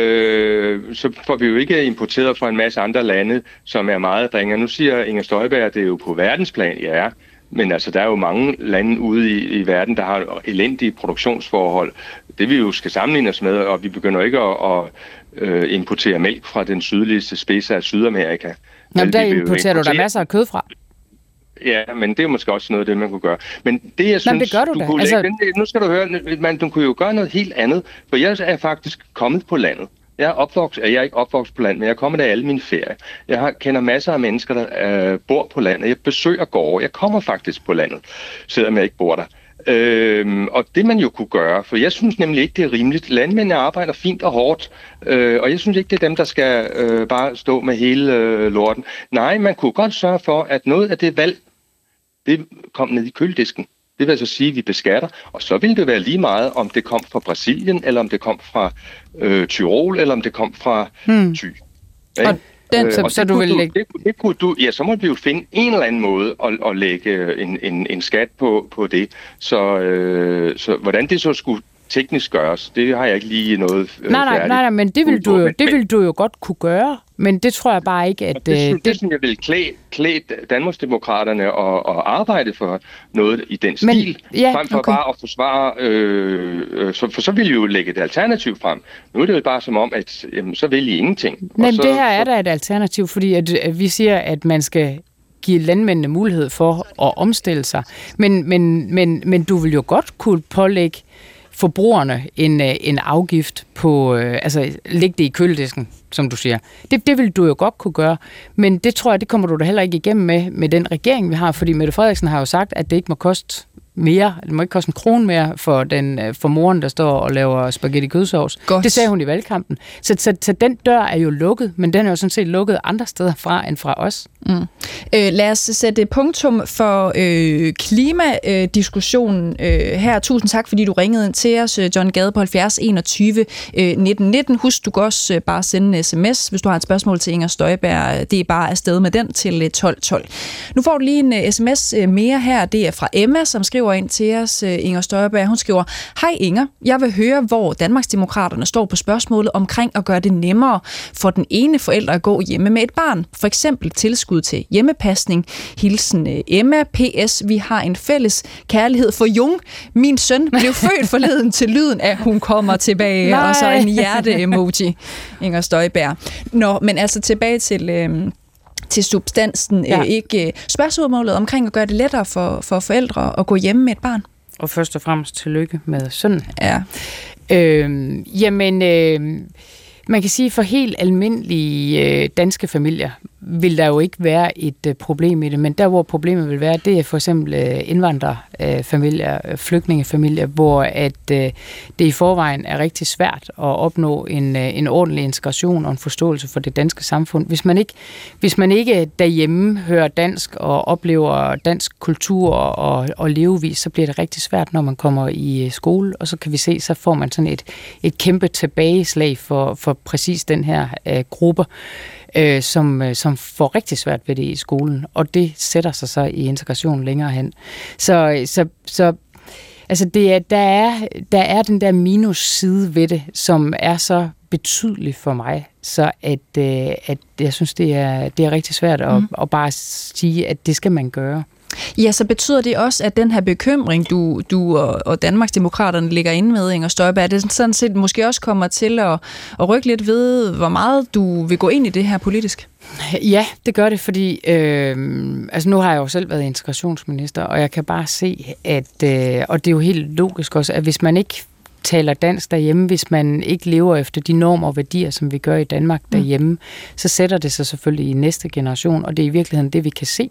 øh, så får vi jo ikke importeret fra en masse andre lande, som er meget ringere. Nu siger Inger Støjberg, at det er jo på verdensplan, ja, men altså, der er jo mange lande ude i, i verden, der har elendige produktionsforhold. Det vi jo skal sammenligne os med, og vi begynder ikke at, at uh, importere mælk fra den sydligste spids af Sydamerika. Jamen, der importerer du der masser af kød fra. Ja, men det er måske også noget af det, man kunne gøre. Men det, jeg synes, Jamen, det gør du, du da. kunne altså... lægge, nu skal du høre, man, du kunne jo gøre noget helt andet, for jeg er faktisk kommet på landet. Jeg er, opvokset, jeg er ikke opvokset på landet, men jeg er kommet af alle mine ferier. Jeg har, kender masser af mennesker, der øh, bor på landet. Jeg besøger gårde. Jeg kommer faktisk på landet, selvom jeg ikke bor der. Øhm, og det man jo kunne gøre, for jeg synes nemlig ikke, det er rimeligt. Landmændene arbejder fint og hårdt, øh, og jeg synes ikke, det er dem, der skal øh, bare stå med hele øh, lorten. Nej, man kunne godt sørge for, at noget af det valg, det kom ned i køledisken. Det vil altså sige, at vi beskatter, og så ville det være lige meget, om det kom fra Brasilien, eller om det kom fra øh, Tyrol, eller om det kom fra hmm. Thy. Ja? Og den, så, og så det, du kunne vil du, lægge... det, det kunne du, ja, så må vi jo finde en eller anden måde at, at lægge en, en, en skat på, på det. Så, øh, så hvordan det så skulle teknisk gøres, det har jeg ikke lige noget øh, nej, nej, nej, nej, men det vil, du jo, det vil du jo godt kunne gøre. Men det tror jeg bare ikke, at... Det, det, det synes jeg vil klæde, klæde Danmarksdemokraterne og, og arbejde for noget i den stil, men, ja, frem for okay. bare at forsvare... Øh, øh, så, for så vil I jo lægge et alternativ frem. Nu er det jo bare som om, at jamen, så vil I ingenting. Men så, det her er så, der et alternativ, fordi at, at vi siger, at man skal give landmændene mulighed for at omstille sig. Men, men, men, men du vil jo godt kunne pålægge forbrugerne en, en afgift på, øh, altså læg det i køledisken, som du siger. Det, det vil du jo godt kunne gøre, men det tror jeg, det kommer du da heller ikke igennem med, med den regering, vi har, fordi Mette Frederiksen har jo sagt, at det ikke må koste mere, det må ikke koste en krone mere for, den, for moren, der står og laver spaghetti kødsovs. Godt. Det sagde hun i valgkampen. Så, så, så den dør er jo lukket, men den er jo sådan set lukket andre steder fra end fra os. Mm. Øh, lad os sætte punktum for øh, klimadiskussionen øh, her. Tusind tak, fordi du ringede ind til os, John Gade på halvfjerds enogtyve nitten nitten. Husk, du kan også øh, bare sende en sms, hvis du har et spørgsmål til Inger Støjberg. Det er bare afsted med den til tolv tolv. Nu får du lige en uh, sms mere her. Det er fra Emma, som skriver ind til os, Inger Støjberg. Hun skriver: Hej Inger, jeg vil høre, hvor Danmarksdemokraterne står på spørgsmålet omkring at gøre det nemmere for den ene forælder at gå hjemme med et barn. For eksempel tilskud til hjemmepasning. Hilsen Emma. P S. Vi har en fælles kærlighed for Jung. Min søn blev født forleden til lyden af hun kommer tilbage. Nej. Og så en hjerte-emoji. Inger Støjberg. Nå, men altså tilbage til... Øh, til substansen, ja. øh, ikke spørgsmålet omkring at gøre det lettere for, for forældre at gå hjemme med et barn. Og først og fremmest tillykke med sønnen. Ja. Øh, jamen, øh, man kan sige, for helt almindelige øh, danske familier vil der jo ikke være et øh, problem i det, men der, hvor problemet vil være, det er for eksempel øh, indvandrerfamilier, øh, flygtningefamilier, hvor at øh, det i forvejen er rigtig svært at opnå en, øh, en ordentlig integration og en forståelse for det danske samfund. Hvis man ikke, hvis man ikke derhjemme hører dansk og oplever dansk kultur og, og levevis, så bliver det rigtig svært, når man kommer i skole, og så kan vi se, så får man sådan et, et kæmpe tilbageslag for, for præcis den her øh, gruppe, øh, som, øh, som får rigtig svært ved det i skolen, og det sætter sig så i integrationen længere hen. Så, så, så altså det er, der, er, der er den der minusside ved det, som er så betydelig for mig, så at, øh, at jeg synes, det er, det er rigtig svært at, mm. at bare sige, at det skal man gøre. Ja, så betyder det også, at den her bekymring, du, du og, og Danmarksdemokraterne ligger inde med, Inger Støjberg, at det sådan set måske også kommer til at, at rykke lidt ved, hvor meget du vil gå ind i det her politisk? Ja, det gør det, fordi øh, altså nu har jeg jo selv været integrationsminister, og jeg kan bare se, at, øh, og det er jo helt logisk også, at hvis man ikke taler dansk derhjemme, hvis man ikke lever efter de normer og værdier, som vi gør i Danmark derhjemme, mm. så sætter det sig selvfølgelig i næste generation, og det er i virkeligheden det, vi kan se.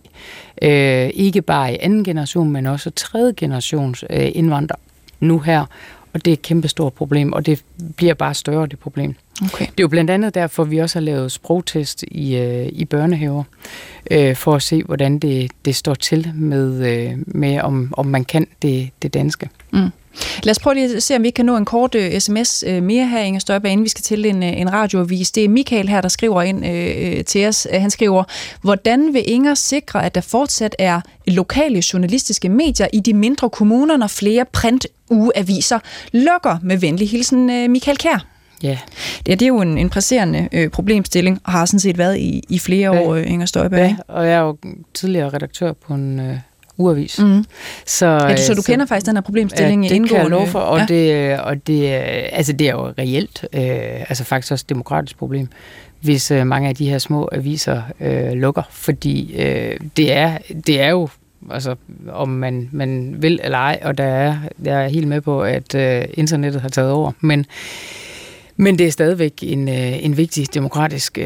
Øh, ikke bare i anden generation, men også tredje generations øh, indvandrere nu her, og det er et kæmpestort problem, og det bliver bare større, det problem. Okay. Det er jo blandt andet derfor, vi også har lavet sprogtest i, øh, i børnehaver, øh, for at se, hvordan det, det står til med, øh, med om, om man kan det, det danske. Mm. Lad os prøve lige at se, om vi kan nå en kort uh, sms uh, mere her, Inger Støjberg, inden vi skal til en, uh, en radioavis. Det er Michael her, der skriver ind uh, til os. Uh, han skriver: Hvordan vil Inger sikre, at der fortsat er lokale journalistiske medier i de mindre kommuner, når flere printugeaviser lukker? Med venlig hilsen, uh, Michael Kjær. Ja. Yeah. Det, det er jo en, en presserende øh, problemstilling, og har sådan set været i, i flere ja. år, øh, Inger Støjberg. Ja, og jeg er jo tidligere redaktør på en øh, ugeavis. Mm. Så, ja, du, så du så, kender faktisk den her problemstilling ja, det indgående? Kan jeg love for, og, ja. det, og det, altså, det er jo reelt, øh, altså faktisk også et demokratisk problem, hvis øh, mange af de her små aviser øh, lukker, fordi øh, det, er, det er jo altså om man, man vil eller ej, og der er, jeg er helt med på, at øh, internettet har taget over, men Men det er stadigvæk en, en vigtig demokratisk,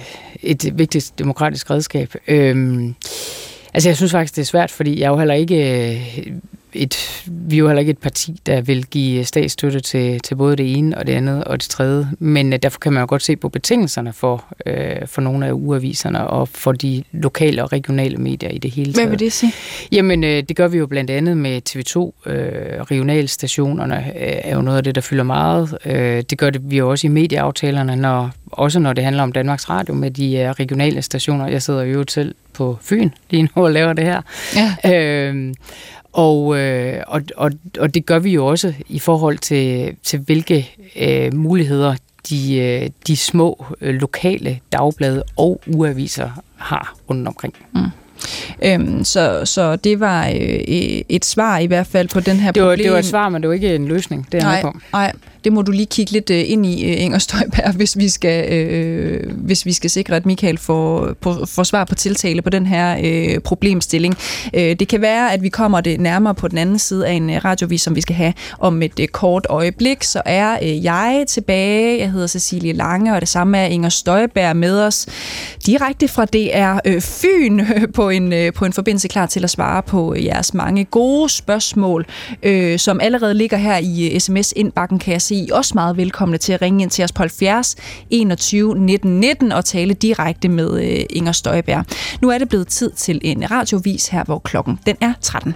et vigtigt demokratisk redskab. Øhm, altså jeg synes faktisk, det er svært, fordi jeg er jo heller ikke et, vi er jo heller ikke et parti, der vil give statsstøtte til, til både det ene og det andet og det tredje. Men derfor kan man jo godt se på betingelserne for, øh, for nogle af ugeaviserne og for de lokale og regionale medier i det hele taget. Hvad vil det sige? Jamen, øh, det gør vi jo blandt andet med T V to. Øh, regionalstationerne øh, er jo noget af det, der fylder meget. Øh, det gør det vi jo også i medieaftalerne, når, også når det handler om Danmarks Radio med de øh, regionale stationer. Jeg sidder jo selv på Fyn lige nu og laver det her. Ja. Øh, Og, øh, og, og, og det gør vi jo også i forhold til, til hvilke øh, muligheder de, øh, de små øh, lokale dagblade og ugeaviser har rundt omkring. Mm. Øhm, så, så det var øh, et svar i hvert fald på den her det var, problem. Det var et svar, men det var ikke en løsning. Det er nej, på. nej. Det må du lige kigge lidt øh, ind i, øh, Inger Støjberg, hvis vi skal, øh, hvis vi skal sikre, at Michael får, på, får svar på tiltale på den her øh, problemstilling. Øh, det kan være, at vi kommer det nærmere på den anden side af en øh, radiovis, som vi skal have om et øh, kort øjeblik. Så er øh, jeg tilbage. Jeg hedder Cecilie Lange, og det samme er Inger Støjberg med os direkte fra D R øh, Fyn øh, på, en, øh, på en forbindelse, klar til at svare på øh, jeres mange gode spørgsmål, øh, som allerede ligger her i øh, sms-indbakken, kan jeg se. I er også meget velkomne til at ringe ind til os på halvfjerds enogtyve nitten nitten og tale direkte med øh, Inger Støjberg. Nu er det blevet tid til en radiovis her, hvor klokken den er tretten.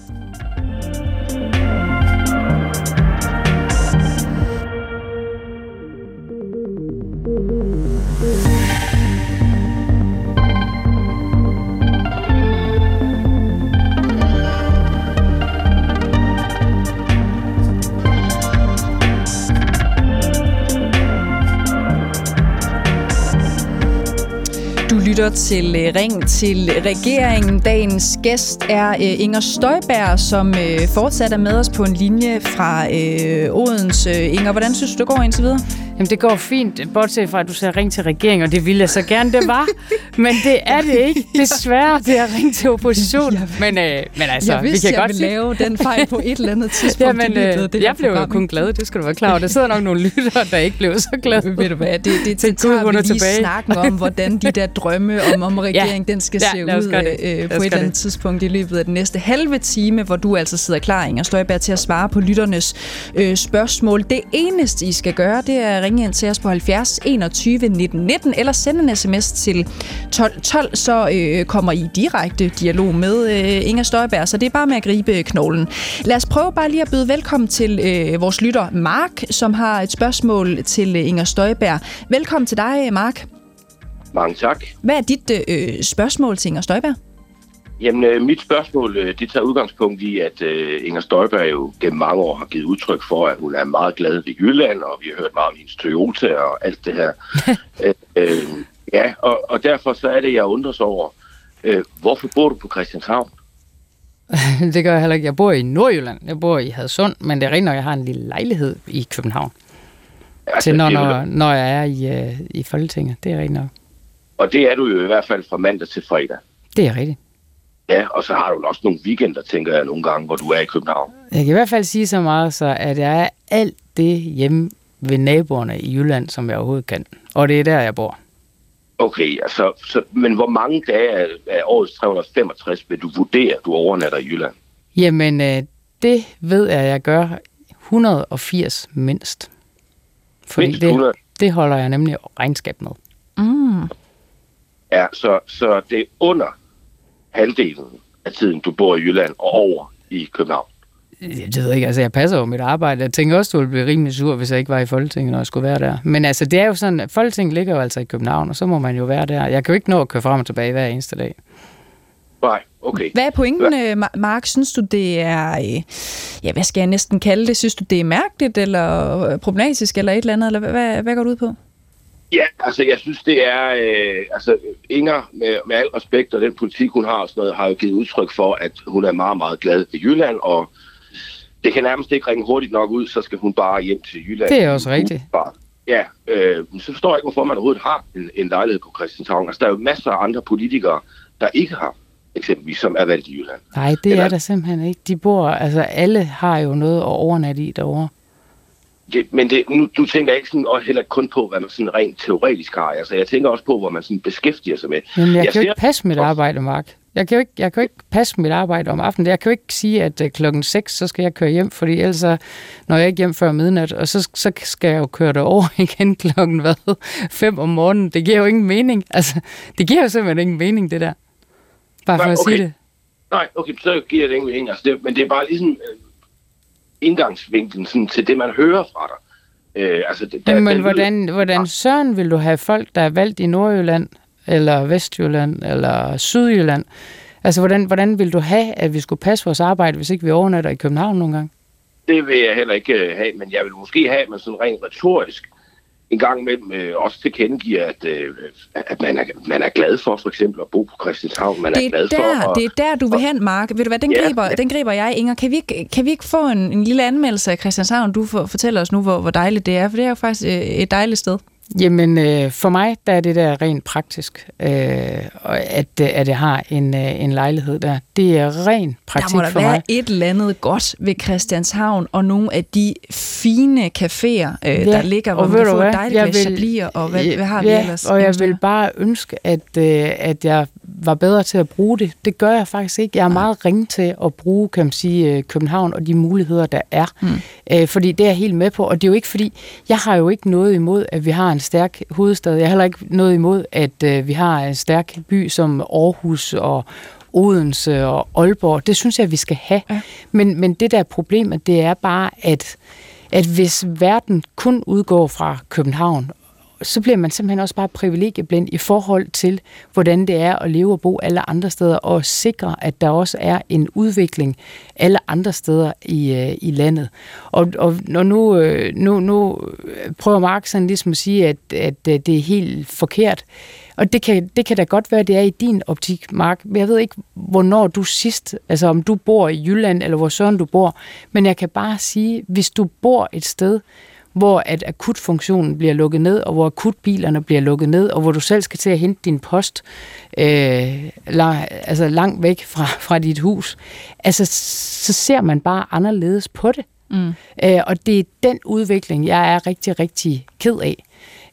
Lytter til Ring til regeringen. Dagens gæst er Inger Støjberg, som fortsat er med os på en linje fra Odense. Inger, hvordan synes du, det går indtil videre? Jamen, det går fint, bortset fra, at du sagde ring til regeringen, og det ville jeg så gerne, det var. Men det er det ikke. Desværre, det er ring til oppositionen. Men, øh, men altså, jeg vidste, vi kan jeg godt ville lave den fejl på et eller andet tidspunkt. Jamen, øh, det jeg blev jo kun glad, det skal du være klar over. Der sidder nok nogle lyttere, der ikke blev så glade. Ved du hvad, det, det, det tager vi lige tilbage. Snakken om, hvordan de der drømme om, om regeringen, ja, den skal ja, se ud øh, på et eller andet det. tidspunkt i løbet af den næste halve time, hvor du altså sidder klar, Inger Støjberg, til at svare på lytternes øh, spørgsmål. Det eneste, I skal gøre, det er at ringe ind til os på halvfjerds enogtyve nitten nitten, eller sende en sms til tolv tolv, så øh, kommer I direkte dialog med øh, Inger Støjberg, så det er bare med at gribe knoglen. Lad os prøve bare lige at byde velkommen til øh, vores lytter Mark, som har et spørgsmål til øh, Inger Støjberg. Velkommen til dig, Mark. Mange tak. Hvad er dit øh, spørgsmål til Inger Støjberg? Jamen, øh, mit spørgsmål, øh, det tager udgangspunkt i, at øh, Inger Støjberg jo gennem mange år har givet udtryk for, at hun er meget glad ved Jylland, og vi har hørt meget om hendes Toyota og alt det her. øh, øh, ja, og, og derfor så er det, jeg undres over, øh, hvorfor bor du på Christianshavn? Det gør jeg heller ikke. Jeg bor i Nordjylland. Jeg bor i Hadsund, men det er rent nok, jeg har en lille lejlighed i København. Altså, til når, når, når jeg er i, uh, i Folketinget. Det er rent nok. Og det er du jo i hvert fald fra mandag til fredag. Det er rigtigt. Ja, og så har du også nogle weekender, tænker jeg, nogle gange, hvor du er i København. Jeg kan i hvert fald sige så meget, så at jeg er alt det hjemme ved naboerne i Jylland, som jeg overhovedet kan. Og det er der, jeg bor. Okay, altså, så, men hvor mange dage af, af årets tre hundrede og femogtres vil du vurdere, du overnatter i Jylland? Jamen, øh, det ved jeg, jeg gør et hundrede og firs mindst. Fordi mindst det, det holder jeg nemlig regnskab med. Mm. Ja, så, så det er under halvdelen af tiden, du bor i Jylland og over i København. Jeg ved ikke, altså jeg passer jo mit arbejde. Jeg tænker også, du ville blive rimelig sur, hvis jeg ikke var i Folketinget, når jeg skulle være der. Men altså, det er jo sådan, at Folketinget ligger jo altså i København, og så må man jo være der. Jeg kan jo ikke nå at køre frem og tilbage hver eneste dag. Nej, okay. Hvad er pointen, Hva? Mark? Synes du, det er, ja, hvad skal jeg næsten kalde det? Synes du, det er mærkeligt, eller problematisk, eller et eller andet? Eller hvad, hvad går du ud på? Ja, altså jeg synes, det er, øh, altså Inger, med, med al respekt og den politik, hun har og sådan noget, har jo givet udtryk for, at hun er meget, meget glad i Jylland, og det kan nærmest ikke ringe hurtigt nok ud, så skal hun bare hjem til Jylland. Det er også rigtigt. Ja, øh, så forstår jeg ikke, hvorfor man overhovedet har en, en lejlighed på Christianshavn. Altså der er jo masser af andre politikere, der ikke har, eksempelvis, som er valgt i Jylland. Nej, det Eller, er der simpelthen ikke. De bor, altså alle har jo noget at overnatte i derovre. Det, men det, nu, du tænker ikke sådan, og heller kun på, hvad man sådan rent teoretisk har. Altså, jeg tænker også på, hvor man sådan beskæftiger sig med. Jamen, jeg, jeg kan ser... jo ikke passe mit arbejde, Mark. Jeg kan jo ikke, jeg kan jo ikke passe mit arbejde om aftenen. Jeg kan jo ikke sige, at uh, klokken seks, så skal jeg køre hjem, fordi ellers så, når jeg ikke hjem før midnat, og så, så skal jeg jo køre derover igen klokken hvad? fem om morgenen. Det giver jo ingen mening. Altså, det giver jo simpelthen ingen mening, det der. Bare for Nej, at okay. sige det. Nej, okay, så giver det ingen mening. Altså, det, men det er bare ligesom øh, indgangsvinklen sådan, til det, man hører fra dig. Øh, altså, det, der, Jamen, der, hvordan, hvordan søren vil du have folk, der er valgt i Nordjylland, eller Vestjylland, eller Sydjylland? Altså, hvordan, hvordan vil du have, at vi skulle passe vores arbejde, hvis ikke vi overnatter i København nogle gange? Det vil jeg heller ikke have, men jeg vil måske have, at man sådan rent retorisk en gang imellem øh, også tilkendegiver, at, øh, at man, er, man er glad for for eksempel at bo på Christianshavn. Man det er, er glad der, for... Og, det er der, du vil hen, Mark. Ved du hvad, den, ja, griber, ja. den griber jeg, Inger. Kan vi ikke, kan vi ikke få en, en lille anmeldelse af Christianshavn? Du for, fortæller os nu, hvor, hvor dejligt det er, for det er jo faktisk øh, et dejligt sted. Jamen, øh, for mig, der er det der rent praktisk, øh, at, at jeg har en, øh, en lejlighed der. Det er rent praktik for mig. Der må der være et eller andet godt ved Christianshavn, og nogle af de fine caféer, øh, ja, der ligger, hvor man kan få et dejligt glas chablier, og hvad, hvad har vi ja, ellers? Og jeg vil bare ønske, at, øh, at jeg var bedre til at bruge det. Det gør jeg faktisk ikke. Jeg er meget ringe til at bruge, kan man sige, København og de muligheder, der er. Mm. Øh, fordi det er jeg helt med på, og det er jo ikke fordi, jeg har jo ikke noget imod, at vi har en stærk hovedstad. Jeg har heller ikke noget imod, at øh, vi har en stærk by som Aarhus og Odense og Aalborg. Det synes jeg, vi skal have. Ja. Men, men det der problemet, det er bare, at, at hvis verden kun udgår fra København, så bliver man simpelthen også bare privilegieblind i forhold til, hvordan det er at leve og bo alle andre steder, og sikre, at der også er en udvikling alle andre steder i, i landet. Og, og når nu, nu, nu prøver Mark sådan ligesom at sige, at, at det er helt forkert, og det kan, det kan da godt være, det er i din optik, Mark. Jeg ved ikke, hvornår du sidst, altså om du bor i Jylland, eller hvor sådan du bor, men jeg kan bare sige, hvis du bor et sted, hvor at akutfunktionen bliver lukket ned, og hvor akutbilerne bliver lukket ned, og hvor du selv skal til at hente din post øh, lang, altså langt væk fra, fra dit hus, altså så ser man bare anderledes på det. Mm. Øh, og det er den udvikling, jeg er rigtig, rigtig ked af,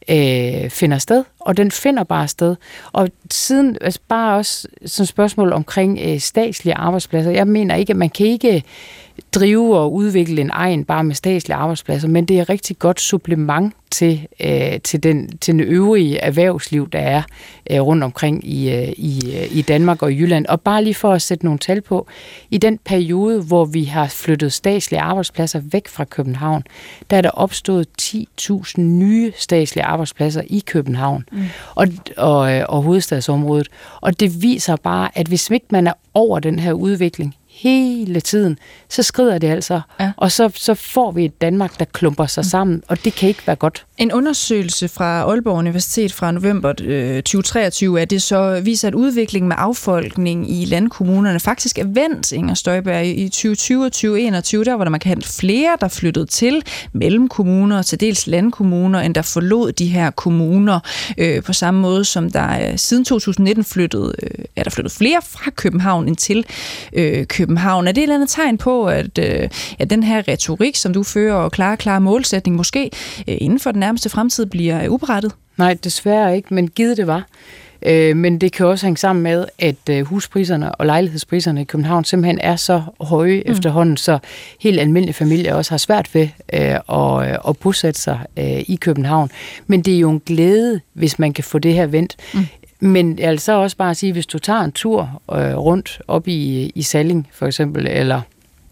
øh, finder sted, og den finder bare sted. Og siden, altså bare også sådan et spørgsmål omkring øh, statslige arbejdspladser, jeg mener ikke, at man kan ikke drive og udvikle en egen bare med statslige arbejdspladser, men det er et rigtig godt supplement til, øh, til, den, til den øvrige erhvervsliv, der er øh, rundt omkring i, øh, i, øh, i Danmark og i Jylland. Og bare lige for at sætte nogle tal på, i den periode, hvor vi har flyttet statslige arbejdspladser væk fra København, der er der opstået ti tusind nye statslige arbejdspladser i København mm. og, og, og hovedstadsområdet. Og det viser bare, at hvis ikke man er over den her udvikling hele tiden, så skrider det altså. Ja. Og så, så får vi et Danmark, der klumper sig sammen, og det kan ikke være godt. En undersøgelse fra Aalborg Universitet fra november tyve treogtyve, er det så viser, at udviklingen med affolkning i landkommunerne faktisk er vendt, Inger Støjberg, i tyve tyve og tyve enogtyve, der var der markant flere, der flyttede til mellemkommuner og til dels landkommuner, end der forlod de her kommuner, øh, på samme måde som der siden to tusind nitten flyttede, øh, er der flyttet flere fra København end til øh, København. Er det et eller andet tegn på, at, øh, at den her retorik, som du fører, og klare, klare målsætning, måske øh, inden for den nærmeste fremtid bliver uberettet? Nej, desværre ikke, men givet det var. Øh, men det kan også hænge sammen med, at øh, huspriserne og lejlighedspriserne i København simpelthen er så høje mm. efterhånden, så helt almindelige familier også har svært ved øh, at, at bosætte sig øh, i København. Men det er jo en glæde, hvis man kan få det her vendt. Mm. Men jeg vil så også bare sige, hvis du tager en tur øh, rundt op i, i Salling for eksempel, eller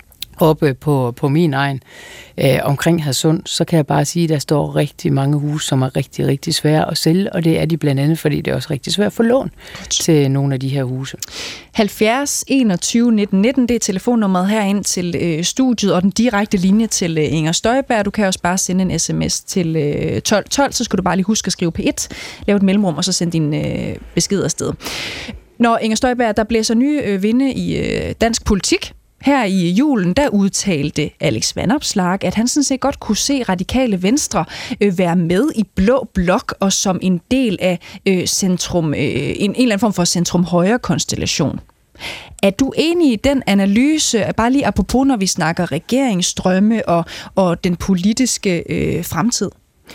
oppe på, på min egen øh, omkring Hadsund, så kan jeg bare sige, at der står rigtig mange huse, som er rigtig, rigtig svære at sælge, og det er de blandt andet, fordi det er også rigtig svært at få lån Godt. til nogle af de her huse. halvfjerds enogtyve nitten nitten, det er telefonnummeret herind til øh, studiet, og den direkte linje til øh, Inger Støjberg. Du kan også bare sende en sms til øh, tolv tolv, så skal du bare lige huske at skrive P et, lave et mellemrum, og så sende din øh, besked afsted. Når Inger Støjberg, der blæser nye øh, vinde i øh, dansk politik. Her i julen, der udtalte Alex Vanopslagh, at han sådan set godt kunne se Radikale Venstre øh, være med i blå blok og som en del af øh, centrum, øh, en, en eller anden form for centrum-højre-konstellation. Er du enig i den analyse, bare lige apropos, når vi snakker regeringsstrømme og, og den politiske øh, fremtid?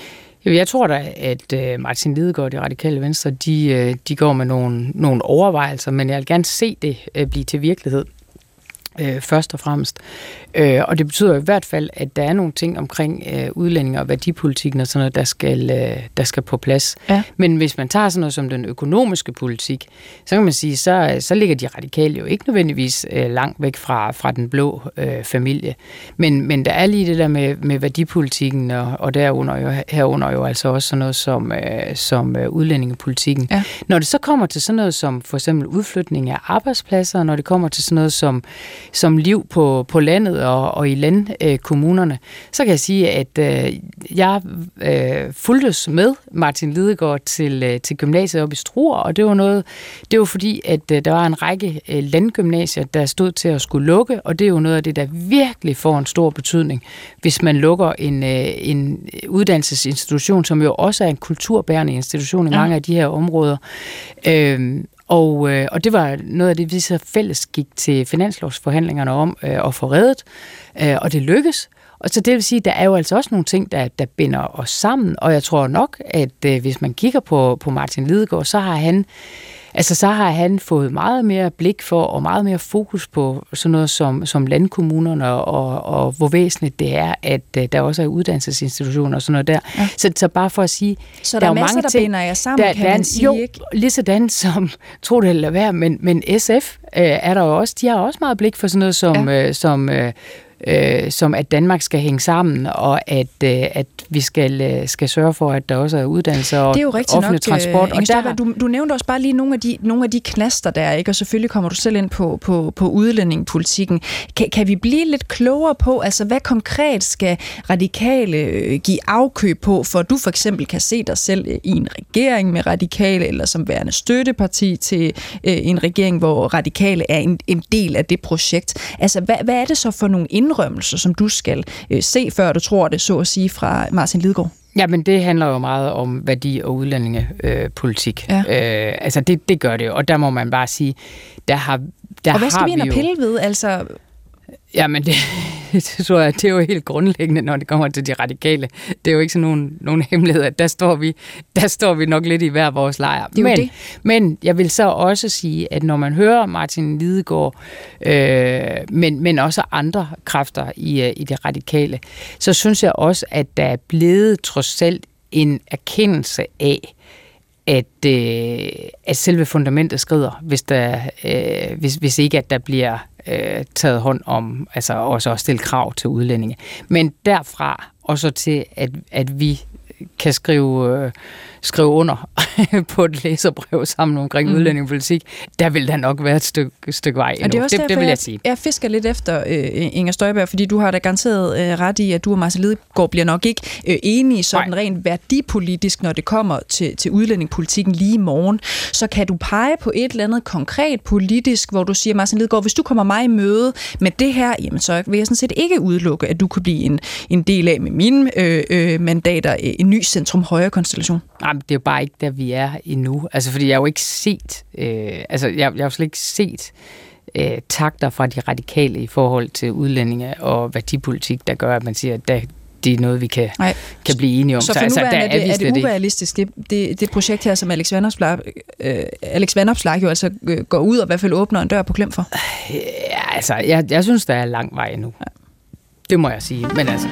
Jeg tror da, at Martin Lidegaard og de Radikale Venstre, de, de går med nogle, nogle overvejelser, men jeg vil gerne se det blive til virkelighed. Øh, først og fremmest. Øh, og det betyder i hvert fald, at der er nogle ting omkring øh, udlændinge og værdipolitikken og sådan noget, der skal, øh, der skal på plads. Ja. Men hvis man tager sådan noget som den økonomiske politik, så kan man sige, så, så ligger de radikale jo ikke nødvendigvis øh, langt væk fra, fra den blå øh, familie. Men, men der er lige det der med, med værdipolitikken, og, og derunder jo, herunder jo altså også sådan noget som, øh, som øh, udlændingepolitikken. Ja. Når det så kommer til sådan noget som for eksempel udflytning af arbejdspladser, når det kommer til sådan noget som som liv på, på landet og, og i landkommunerne, så kan jeg sige, at øh, jeg øh, fulgtes med Martin Lidegaard til, øh, til gymnasiet oppe i Struer, og det var noget, det var fordi, at øh, der var en række øh, landgymnasier, der stod til at skulle lukke, og det er jo noget af det, der virkelig får en stor betydning, hvis man lukker en, øh, en uddannelsesinstitution, som jo også er en kulturbærende institution i ja. mange af de her områder. Øhm, og, øh, og det var noget af det, vi så fælles gik til finanslovsforhandlingerne om øh, at få reddet, øh, og det lykkes. Og så det vil sige, at der er jo altså også nogle ting, der, der binder os sammen, og jeg tror nok, at øh, hvis man kigger på, på Martin Lidegaard, så har han Altså, så har han fået meget mere blik for, og meget mere fokus på sådan noget som, som landkommunerne, og, og hvor væsentligt det er, at uh, der også er uddannelsesinstitutioner og sådan noget der. Ja. Så, så bare for at sige, så der, der er masser, mange der ting, binder jer sammen, der, kan der man er, sige, jo, ikke? Lige sådan som, tro det eller hvad, men, men S F øh, er der jo også, de har også meget blik for sådan noget som, ja. øh, som øh, Øh, som at Danmark skal hænge sammen, og at, øh, at vi skal, øh, skal sørge for, at der også er uddannelse og offentlig nok, transport. Øh, og der, du, du nævnte også bare lige nogle af de, nogle af de knaster der, ikke? Og selvfølgelig kommer du selv ind på, på, på udlændingepolitikken. Kan, kan vi blive lidt klogere på, altså hvad konkret skal radikale give afkøb på, for at du for eksempel kan se dig selv i en regering med radikale, eller som værende støtteparti til øh, en regering, hvor radikale er en, en del af det projekt. Altså hvad, hvad er det så for nogle indrømmelser, som du skal øh, se, før du tror det, så at sige, fra Martin Lidegaard? Jamen, det handler jo meget om værdi- og udlændingepolitik. Øh, ja. øh, altså, det, det gør det jo, og der må man bare sige, der har der Og hvad skal har vi ind og pille ved? Altså... Jamen, det, det tror jeg, det er jo helt grundlæggende, når det kommer til de radikale. Det er jo ikke sådan nogen, nogen hemmelighed, at der står, vi, der står vi nok lidt i hver vores lejr. Men, det. men jeg vil så også sige, at når man hører Martin Lidegaard, øh, men, men også andre kræfter i, i det radikale, så synes jeg også, at der er blevet trods alt en erkendelse af, at, øh, at selve fundamentet skrider, hvis, der, øh, hvis, hvis ikke at der bliver øh, taget hånd om, altså også at stille krav til udlændinge. Men derfra og så til, at, at vi kan skrive, øh, skrive under på et læserbrev sammen omkring mm. udlændingepolitik, der vil der nok være et stykke, stykke vej endnu. Og det er også det, derfor, det vil jeg, jeg sige. Jeg fisker lidt efter øh, Inger Støjberg, fordi du har da garanteret øh, ret i, at du og Martin Lidegaard bliver nok ikke øh, enige sådan Nej. rent værdipolitisk, når det kommer til, til udlændingepolitikken lige i morgen. Så kan du pege på et eller andet konkret politisk, hvor du siger, Martin Lidegaard, hvis du kommer mig i møde med det her, jamen så vil jeg sådan set ikke udelukke, at du kunne blive en, en del af med mine øh, øh, mandater, en ny centrum-højre-konstellation. Nej, det er jo bare ikke der, vi er endnu. Altså, fordi jeg har jo ikke set, øh, altså, jeg, jeg har jo slet ikke set øh, takter fra de radikale i forhold til udlændinge og værdipolitik, der gør, at man siger, at der, det er noget, vi kan, kan blive enige om. Så for så, altså, der er, det, er det urealistisk, det, det, det projekt her, som Alex Vanopslagh, øh, Alex Vanopslagh jo altså øh, går ud og i hvert fald åbner en dør på klem for? Ja, altså, jeg, jeg synes, der er lang vej endnu. Ja. Det må jeg sige, men altså...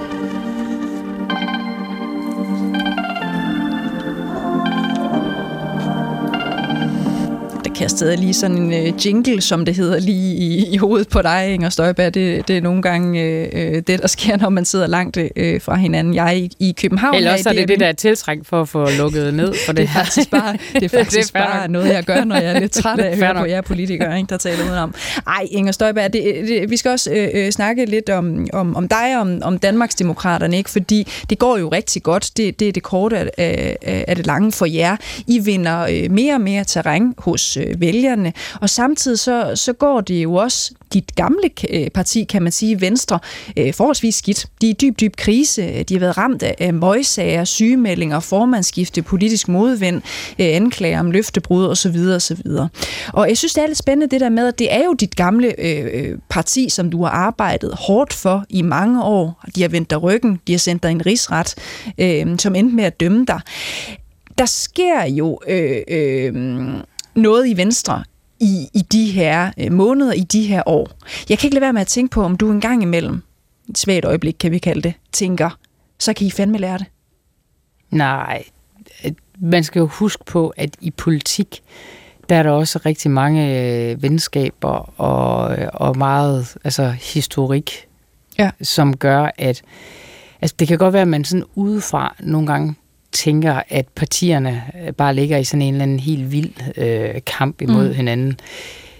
Kastede jeg lige sådan en uh, jingle, som det hedder, lige i, i hovedet på dig, Inger Støjberg. Det, det er nogle gange øh, det, der sker, når man sidder langt øh, fra hinanden. Jeg er i, i København. Eller også er det det, der er tiltrængt for at få lukket ned for det, det er faktisk bare, det er faktisk det er bare noget, jeg gør, når jeg er lidt træt af at høre på jer politikere, ikke, der taler udenom. Ej, Inger Støjberg, det, det, vi skal også øh, snakke lidt om, om, om dig, om, om Danmarksdemokraterne, ikke? Fordi det går jo rigtig godt. Det, det er det korte af, af, af det lange for jer. I vinder øh, mere og mere terræn hos øh, vælgerne, og samtidig så, så går det jo også dit gamle parti, kan man sige, Venstre, øh, forholdsvis skidt. De er i dyb, dyb krise. De har været ramt af møgsager, sygemeldinger, formandsskifte, politisk modvind, øh, anklager om løftebrud osv. osv. Og jeg synes, det er lidt spændende det der med, at det er jo dit gamle øh, parti, som du har arbejdet hårdt for i mange år. De har vendt dig ryggen, de har sendt dig en rigsret, øh, som endte med at dømme dig. Der sker jo øh, øh, noget i Venstre i, i de her øh, måneder, i de her år. Jeg kan ikke lade være med at tænke på, om du en gang imellem, et svagt øjeblik kan vi kalde det, tænker, så kan I fandme lære det. Nej, man skal jo huske på, at i politik, der er der også rigtig mange øh, venskaber og, og meget altså, historik, ja. Som gør, at altså, det kan godt være, at man sådan udefra nogle gange tænker, at partierne bare ligger i sådan en eller anden helt vild øh, kamp imod mm. hinanden.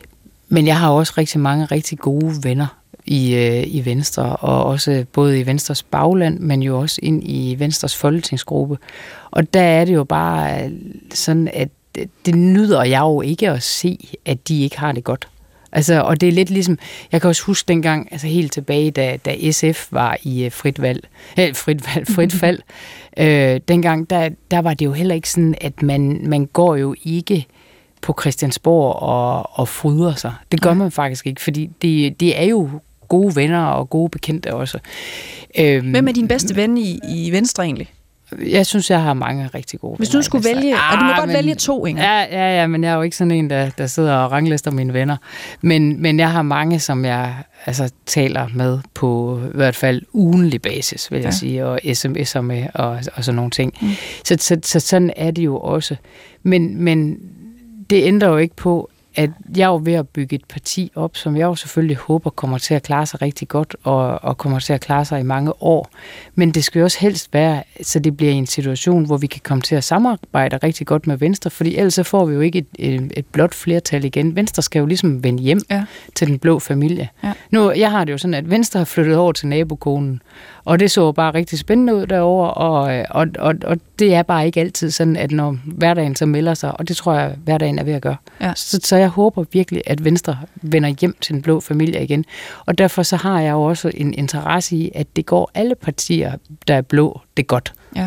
men jeg har også rigtig mange rigtig gode venner i, øh, i Venstre, og også både i Venstres bagland, men jo også ind i Venstres folketingsgruppe. Og der er det jo bare sådan, at det nyder jeg jo ikke at se, at de ikke har det godt. Altså, og det er lidt ligesom, jeg kan også huske dengang, altså helt tilbage, da, da S F var i uh, frit valg, eh, frit valg, frit fald, øh, dengang, der, der var det jo heller ikke sådan, at man, man går jo ikke på Christiansborg og, og fryder sig. Det gør man faktisk ikke, fordi det, det er jo gode venner og gode bekendte også. Øhm, Hvem er din bedste ven i, i Venstre egentlig? Jeg synes, jeg har mange rigtig gode Hvis du skulle vælge, ah, og du må godt men, vælge to, Inger. Ja, ja, ja, men jeg er jo ikke sådan en, der, der sidder og ranglister mine venner. Men, men jeg har mange, som jeg altså, taler med på i hvert fald ugenlig basis, vil jeg ja. sige, og sms'er med og, og sådan nogle ting. Mm. Så, så, så sådan er det jo også. Men, men det ændrer jo ikke på, at jeg er jo ved at bygge et parti op, som jeg jo selvfølgelig håber kommer til at klare sig rigtig godt, og, og kommer til at klare sig i mange år. Men det skal jo også helst være, så det bliver en situation, hvor vi kan komme til at samarbejde rigtig godt med Venstre, fordi ellers så får vi jo ikke et, et, et blot flertal igen. Venstre skal jo ligesom vende hjem ja. til den blå familie. Ja. Nu, jeg har det jo sådan, at Venstre har flyttet over til nabokonen, og det så bare rigtig spændende ud derovre, og, og, og, og det er bare ikke altid sådan, at når hverdagen så melder sig, og det tror jeg, hverdagen er ved at gøre. Ja. Så, så jeg håber virkelig, at Venstre vender hjem til den blå familie igen. Og derfor så har jeg jo også en interesse i, at det går alle partier, der er blå, det godt. Ja.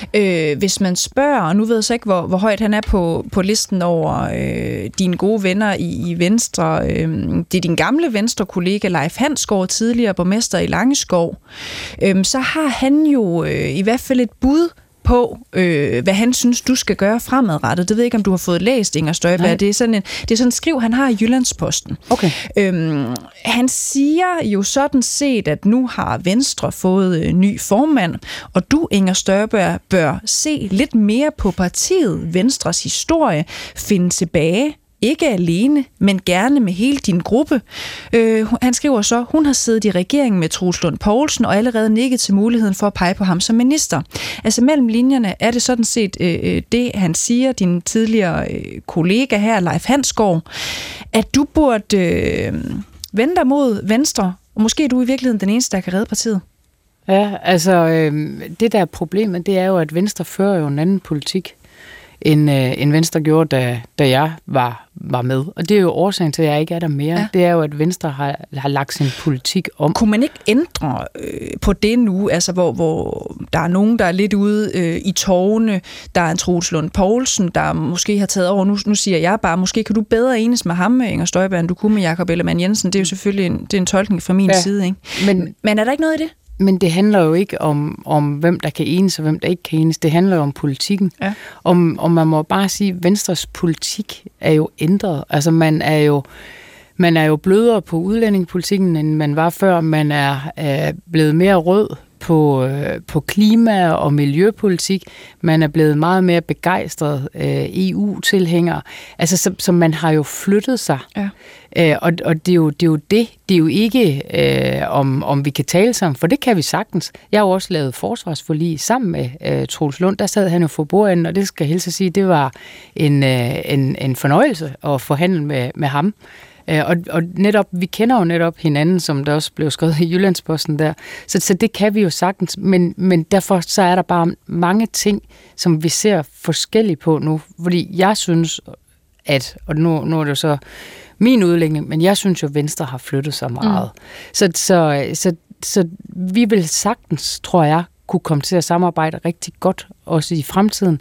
Øh, hvis man spørger, og nu ved jeg så ikke, hvor, hvor højt han er på, på listen over øh, dine gode venner i, i Venstre. Øh, det er din gamle Venstre-kollega Leif Hansgaard, tidligere borgmester i Langeskov. Øh, så har han jo øh, i hvert fald et bud på, øh, hvad han synes, du skal gøre fremadrettet. Det ved jeg ikke, om du har fået læst, Inger Støjberg. Det er sådan en, det er sådan en skriv, han har i Jyllandsposten. Okay. Øhm, han siger jo sådan set, at nu har Venstre fået øh, ny formand, og du, Inger Støjberg, bør se lidt mere på partiet, Venstres historie, finde tilbage, ikke alene, men gerne med hele din gruppe. Øh, han skriver så, hun har siddet i regeringen med Troels Lund Poulsen og allerede nikket til muligheden for at pege på ham som minister. Altså mellem linjerne er det sådan set øh, det, han siger, din tidligere øh, kollega her, Leif Hansgaard, at du burde øh, vende dig mod Venstre, og måske er du i virkeligheden den eneste, der kan redde partiet. Ja, altså øh, det der er problemet, det er jo, at Venstre fører jo en anden politik, end, øh, end Venstre gjorde, da, da jeg var, var med. Og det er jo årsagen til, at jeg ikke er der mere. Ja. Det er jo, at Venstre har, har lagt sin politik om. Kunne man ikke ændre øh, på det nu, altså hvor, hvor der er nogen, der er lidt ude øh, i tårne, der er en Troels Lund Poulsen, der måske har taget over, nu, nu siger jeg bare, måske kan du bedre enes med ham, Inger Støjberg, end du kunne med Jakob Ellemann-Jensen. Det er jo selvfølgelig en, det er en tolkning fra min ja. side. Ikke? Men, Men er der ikke noget i det? Men det handler jo ikke om, om, hvem der kan enes og hvem der ikke kan enes. Det handler jo om politikken. Ja. Om, og man må bare sige, at Venstres politik er jo ændret. Altså man er jo, man er jo blødere på udlændingepolitikken, end man var før. Man er, er blevet mere rød på, øh, på klima- og miljøpolitik. Man er blevet meget mere begejstret øh, E U-tilhænger. Altså, så, så man har jo flyttet sig. Ja. Øh, og og det, er jo, det er jo det. Det er jo ikke, øh, om, om vi kan tale sammen, for det kan vi sagtens. Jeg har jo også lavet forsvarsforlig sammen med øh, Troels Lund. Der sad han jo for bordenden, og det skal jeg hilse at sige, det var en, øh, en, en fornøjelse at forhandle med, med ham. Og, og netop, vi kender jo netop hinanden, som der også blev skrevet i Jyllandsposten der, så, så det kan vi jo sagtens, men, men derfor så er der bare mange ting, som vi ser forskelligt på nu, fordi jeg synes, at, og nu, nu er det jo så min udlægning, men jeg synes jo, at Venstre har flyttet sig meget. Mm. Så, så, så, så vi vil sagtens, tror jeg, kunne komme til at samarbejde rigtig godt, også i fremtiden,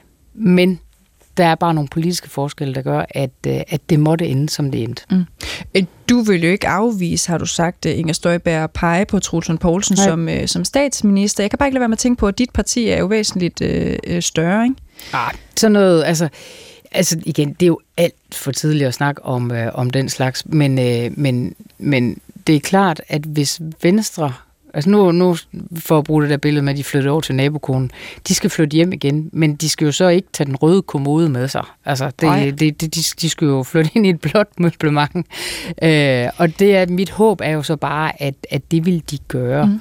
men der er bare nogle politiske forskelle, der gør, at, at det måtte ende, som det endte. Mm. Du vil jo ikke afvise, har du sagt, Inger Støjberg, at pege på Troels Lund Poulsen som, som statsminister. Jeg kan bare ikke lade være med at tænke på, at dit parti er jo væsentligt øh, større, ikke? Ah, sådan noget, altså, altså igen, det er jo alt for tidligt at snakke om, øh, om den slags, men, øh, men, men det er klart, at hvis Venstre... Altså nu, nu for at bruge det der billede med, at de flytter over til nabokonen, de skal flytte hjem igen, men de skal jo så ikke tage den røde kommode med sig. Altså, det, det, det, de, de skal jo flytte ind i et blåt møblement. Øh, og det er, mit håb er jo så bare, at, at det vil de gøre. Mm.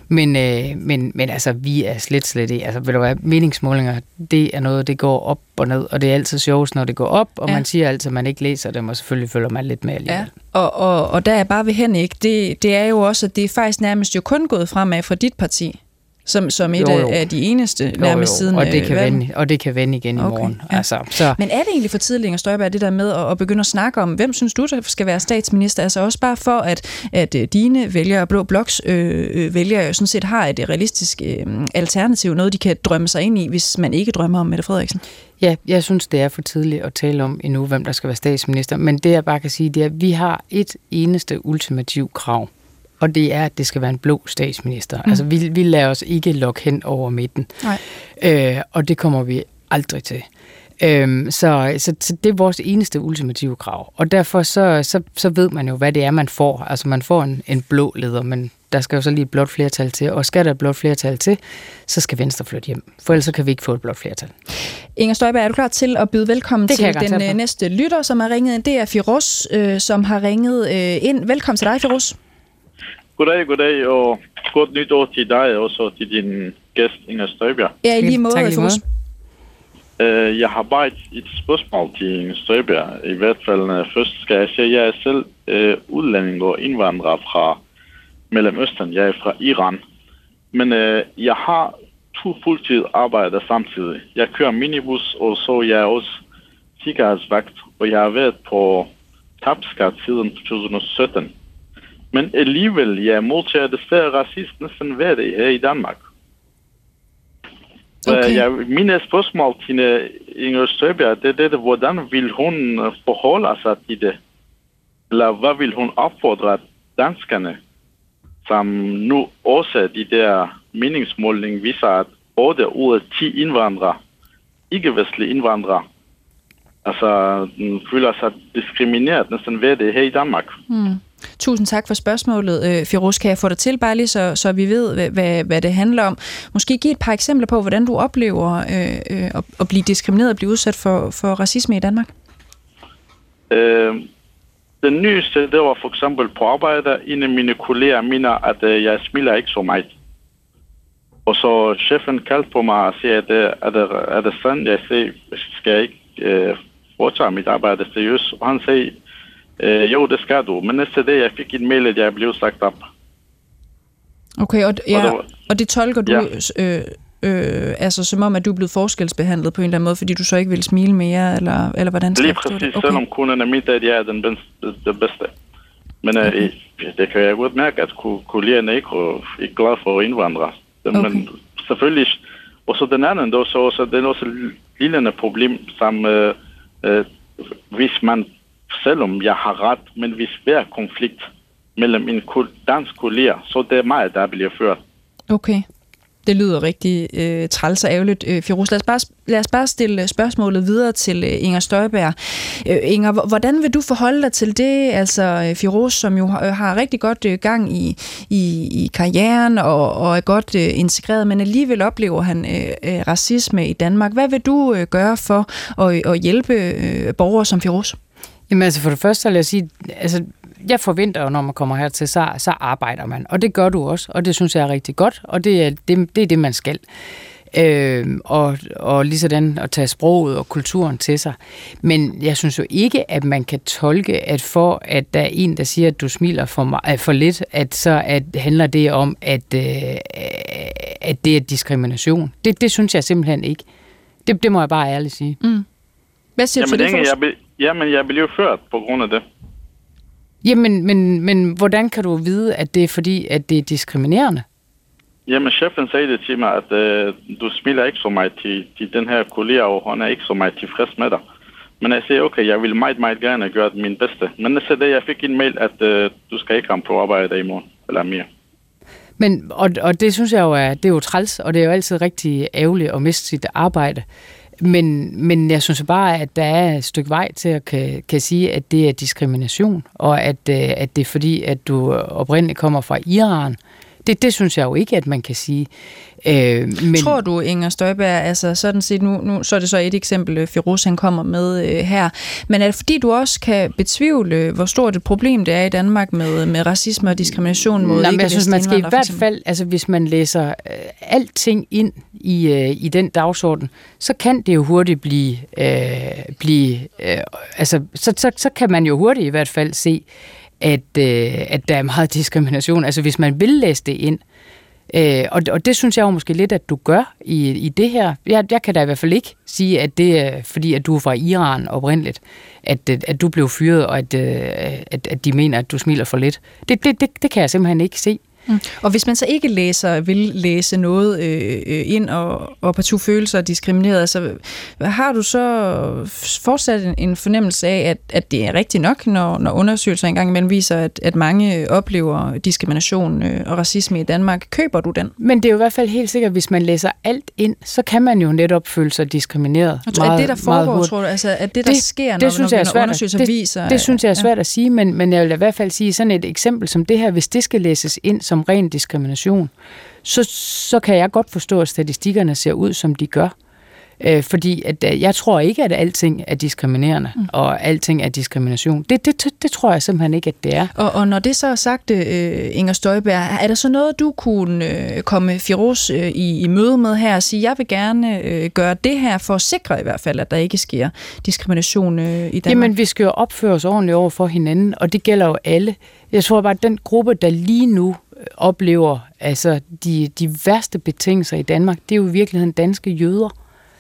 Men, øh, men, men altså, vi er slet, slet ikke. Altså, ved du hvad, meningsmålinger, det er noget, det går op og ned, og det er altid sjovest, når det går op, og ja. man siger altid, at man ikke læser dem, og selvfølgelig følger man lidt med alligevel. Ja. Og, og, og der er bare ved Henrik, det, det er jo også, at det er faktisk nærmest jo kun gået fremad fra dit parti. Som, som et jo, jo. af de eneste nærmest jo, jo. siden og det, kan vende, og det kan vende igen okay. i morgen. Ja. Altså, så. Men er det egentlig for tidligt, Inger Støjberg, det der med at, at begynde at snakke om, hvem synes du, der skal være statsminister? Altså også bare for, at, at dine vælgere og Blå Bloks øh, øh, vælgere jo sådan set har et realistisk øh, alternativ, noget de kan drømme sig ind i, hvis man ikke drømmer om Mette Frederiksen. Ja, jeg synes, det er for tidligt at tale om endnu, hvem der skal være statsminister. Men det, jeg bare kan sige, det er, at vi har et eneste ultimativt krav. Og det er, at det skal være en blå statsminister. Mm. Altså, vi, vi lader os ikke lokke hen over midten. Nej. Øh, og det kommer vi aldrig til. Øh, så, så, så det er vores eneste ultimative krav. Og derfor så, så, så ved man jo, hvad det er, man får. Altså, man får en, en blå leder, men der skal jo så lige et blåt flertal til. Og skal der et blåt flertal til, så skal Venstre flytte hjem. For ellers så kan vi ikke få et blåt flertal. Inger Støjberg, er du klar til at byde velkommen til den næste lytter, som har ringet ind? Det er Firoz, øh, som har ringet øh, ind. Velkommen til dig, Firoz. Goddag, goddag, og godt nytår til dig, og så til din gæst, Inger Støjberg. Ja, i lige måde, Firoz. Uh, jeg har bare et, et spørgsmål til Inger Støjberg. I hvert fald uh, først skal jeg sige, at jeg er selv uh, udlænding og indvandrer fra Mellemøsten. Jeg er fra Iran. Men uh, jeg har to fuldtid arbejder samtidig. Jeg kører minibus, og så jeg er også sikkerhedsvagt, og jeg har været på tabskat siden to tusind og sytten. Men alligevel, jeg modtager desværre racist næsten hver dag her i Danmark. Okay. Jeg, mine spørgsmål til Inger Støjberg, det er det, hvordan vil hun forholde sig til det? Eller hvad vil hun opfordre danskerne, som nu også de der meningsmåling viser, at otte ud af ti indvandrere, ikke-vestlige indvandrere, altså føler sig diskrimineret næsten hver dag her i Danmark. Hmm. Tusind tak for spørgsmålet, Firoz. Kan jeg få dig til, bare lige så, så vi ved, hvad, hvad det handler om? Måske give et par eksempler på, hvordan du oplever øh, øh, at blive diskrimineret og blive udsat for, for racisme i Danmark? Øh, den nyeste, det var for eksempel på arbejde. En af mine kolleger mener, at øh, jeg smiler ikke så meget. Og så chefen kaldte på mig og siger, at øh, er, det, er det sandt? Jeg siger, skal jeg ikke øh, foretage mit arbejde seriøst? Og han sagde, Øh, jo, det skal du. Men næste dag, jeg fik en mail, at jeg blev sagt op. Okay, og, ja, og, det, var, og det tolker du ja. øh, øh, altså som om, at du er blevet forskelsbehandlet på en eller anden måde, fordi du så ikke vil smile mere, eller, eller hvordan skal jeg forstå det? Lige præcis, selvom kunden er mit, at jeg er den bedste. Men okay. øh, det kan jeg godt mærke, at kollegerne ikke er ikke glade for indvandrere. Okay. Men selvfølgelig, og så den anden, så, så det er også et lille problem, som øh, øh, hvis man selvom jeg har ret, men hvis hver konflikt mellem en dansk kollega, så det er mig, der bliver ført. Okay. Det lyder rigtig øh, træls og ærgerligt, øh, Firoz. Lad os, bare, lad os bare stille spørgsmålet videre til øh, Inger Støjberg. Øh, Inger, hvordan vil du forholde dig til det? Altså, Firoz, som jo har, har rigtig godt øh, gang i, i, i karrieren og, og er godt øh, integreret, men alligevel oplever han øh, øh, racisme i Danmark. Hvad vil du øh, gøre for at, at hjælpe øh, borgere som Firoz? Jamen altså for det første, så vil jeg sige, altså jeg forventer jo, når man kommer hertil, så, så arbejder man. Og det gør du også, og det synes jeg er rigtig godt, og det er det, det, er det man skal. Øh, og, og lige sådan at tage sproget og kulturen til sig. Men jeg synes jo ikke, at man kan tolke, at for at der er en, der siger, at du smiler for, meget, for lidt, at så at handler det om, at, øh, at det er diskrimination. Det, det synes jeg simpelthen ikke. Det, det må jeg bare ærligt sige. Mm. Hvad siger du til det, Inger, jeg, be, jamen, jeg blev ført på grund af det. Jamen, men, men hvordan kan du vide, at det er fordi, at det er diskriminerende? Jamen, chefen sagde det til mig, at øh, du smiler ikke så meget til, til den her kollega, og han er ikke så meget tilfreds med dig. Men jeg siger, okay, jeg vil meget, meget gerne gøre min bedste. Men næste dag, jeg fik en mail, at øh, du skal ikke komme på arbejde i morgen, eller mere. Men, og, og det synes jeg jo er, det er jo træls, og det er jo altid rigtig ærgerligt at miste sit arbejde. Men, men jeg synes bare, at der er et stykke vej til at kan, kan sige, at det er diskrimination, og at, at det er fordi, at du oprindeligt kommer fra Iran. det, det synes jeg jo ikke, at man kan sige. Øh, men tror du, Inger Støjberg, altså sådan set, nu, nu så er det så et eksempel, Firoz han kommer med øh, her, men er det fordi, du også kan betvivle, hvor stort et problem det er i Danmark med, med racisme og diskrimination mod Nej, ikke jeg synes, man skal i hvert fald, altså hvis man læser øh, alting ind i, øh, i den dagsorden, så kan det jo hurtigt blive, øh, blive øh, altså så, så, så kan man jo hurtigt i hvert fald se, at, øh, at der er meget diskrimination, altså hvis man vil læse det ind. Øh, og, og det synes jeg jo måske lidt, at du gør i, i det her. Jeg, jeg kan da i hvert fald ikke sige, at det er fordi, at du er fra Iran oprindeligt, at, at du blev fyret, og at, at, at de mener, at du smiler for lidt. Det, det, det, det kan jeg simpelthen ikke se. Mm. Og hvis man så ikke læser, vil læse noget øh, ind og, og partout føle sig diskrimineret, altså, har du så fortsat en, en fornemmelse af, at, at det er rigtigt nok, når, når undersøgelser engang imellem viser, at, at mange oplever diskrimination øh, og racisme i Danmark? Køber du den? Men det er jo i hvert fald helt sikkert, at hvis man læser alt ind, så kan man jo netop føle sig diskrimineret. Og meget, er det, der foregår, tror du? Altså, at det, der det, sker, når, det, når, når undersøgelser det, viser... Det, det synes jeg er svært ja. at sige, men, men jeg vil i hvert fald sige, sådan et eksempel som det her, hvis det skal læses ind som ren diskrimination, så, så kan jeg godt forstå, at statistikkerne ser ud, som de gør. Øh, fordi at, jeg tror ikke, at alting er diskriminerende, mm. og alting er diskrimination. Det, det, det, det tror jeg simpelthen ikke, at det er. Og, og når det så er sagt, øh, Inger Støjberg, er der så noget, du kunne øh, komme Firoz øh, i, i møde med her og sige, jeg vil gerne øh, gøre det her for at sikre i hvert fald, at der ikke sker diskrimination øh, i Danmark? Jamen, vi skal jo opføre os ordentligt over for hinanden, og det gælder jo alle. Jeg tror bare, at den gruppe, der lige nu oplever altså de, de værste betingelser i Danmark, det er jo i virkeligheden danske jøder,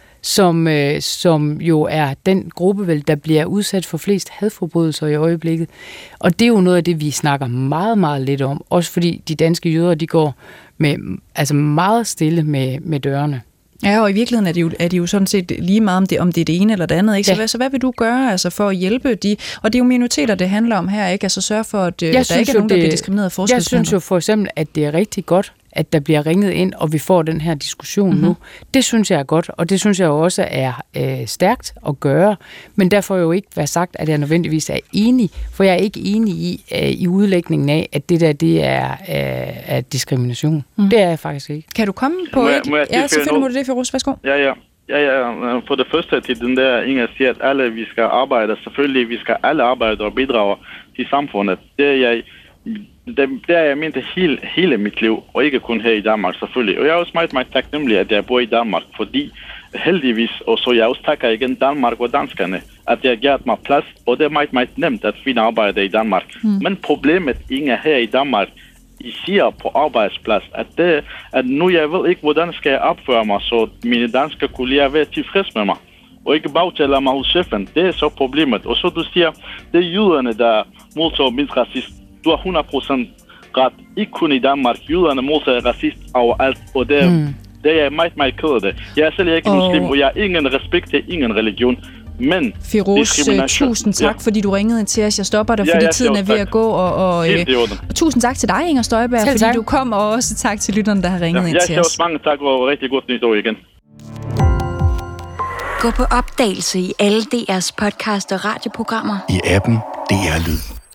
som, øh, som jo er den gruppe, vel, der bliver udsat for flest hadforbrydelser i øjeblikket. Og det er jo noget af det, vi snakker meget, meget lidt om. Også fordi de danske jøder, de går med, altså meget stille med, med dørene. Ja, og i virkeligheden er det jo, er det jo sådan set lige meget om det, om det er det ene eller det andet, ikke? Så, ja. hvad, så hvad vil du gøre altså, for at hjælpe de... Og det er jo minoriteter, det handler om her, ikke? Altså sørge for, at der ikke er nogen, det, der bliver diskrimineret af forskelsbehandling. Jeg synes jo for eksempel, at det er rigtig godt, at der bliver ringet ind, og vi får den her diskussion mm-hmm. nu. Det synes jeg er godt, og det synes jeg også er øh, stærkt at gøre. Men derfor jo ikke være sagt, at jeg nødvendigvis er enig, for jeg er ikke enig i, øh, i udlægningen af, at det der, det er, øh, er diskrimination. Mm. Det er jeg faktisk ikke. Kan du komme på må jeg, et... må jeg ja, selvfølgelig må du det, Firoz. Værsgo. Ja, ja. Ja, ja. For det første til den der, Inger siger, at alle vi skal arbejde. Selvfølgelig, vi skal alle arbejde og bidrage til samfundet. Det er jeg... Det, det er jeg mente hele, hele mit liv, og ikke kun her i Danmark selvfølgelig. Og jeg er også meget, meget taknemmelig, at jeg bor i Danmark, fordi heldigvis, og så jeg også takker igen Danmark og danskerne, at jeg har givet mig plads, og det er meget, meget nemt at finde arbejde i Danmark. Mm. Men problemet ikke her i Danmark, I siger på arbejdsplads, at, det, at nu jeg ved ikke, hvordan skal jeg opføre mig, så mine danske kolleger vil tilfreds med mig, og ikke bagtale mig hos chefen. Det er så problemet. Og så du siger, det er jøderne, der modtager mindst racist. Du har hundrede procent ret. Ikke kun i Danmark. Jøderne modtager racist overalt, og det, mm. det er jeg meget, meget ked af det. Jeg er selv ikke oh. muslim, og jeg har ingen respekt til ingen religion. Men Firoz, tusind tak, ja. fordi du ringede ind til os. Jeg stopper dig, fordi ja, tiden er ved tak. at gå. Og, og, øh, og tusind tak til dig, Inger Støjberg, selv fordi tak. du kom, og også tak til lytterne, der har ringet ja, ind til os. Jeg siger også mange tak, og rigtig godt nytår igen. Gå på opdagelse i alle D R's podcast og radioprogrammer. I appen D R Lyd.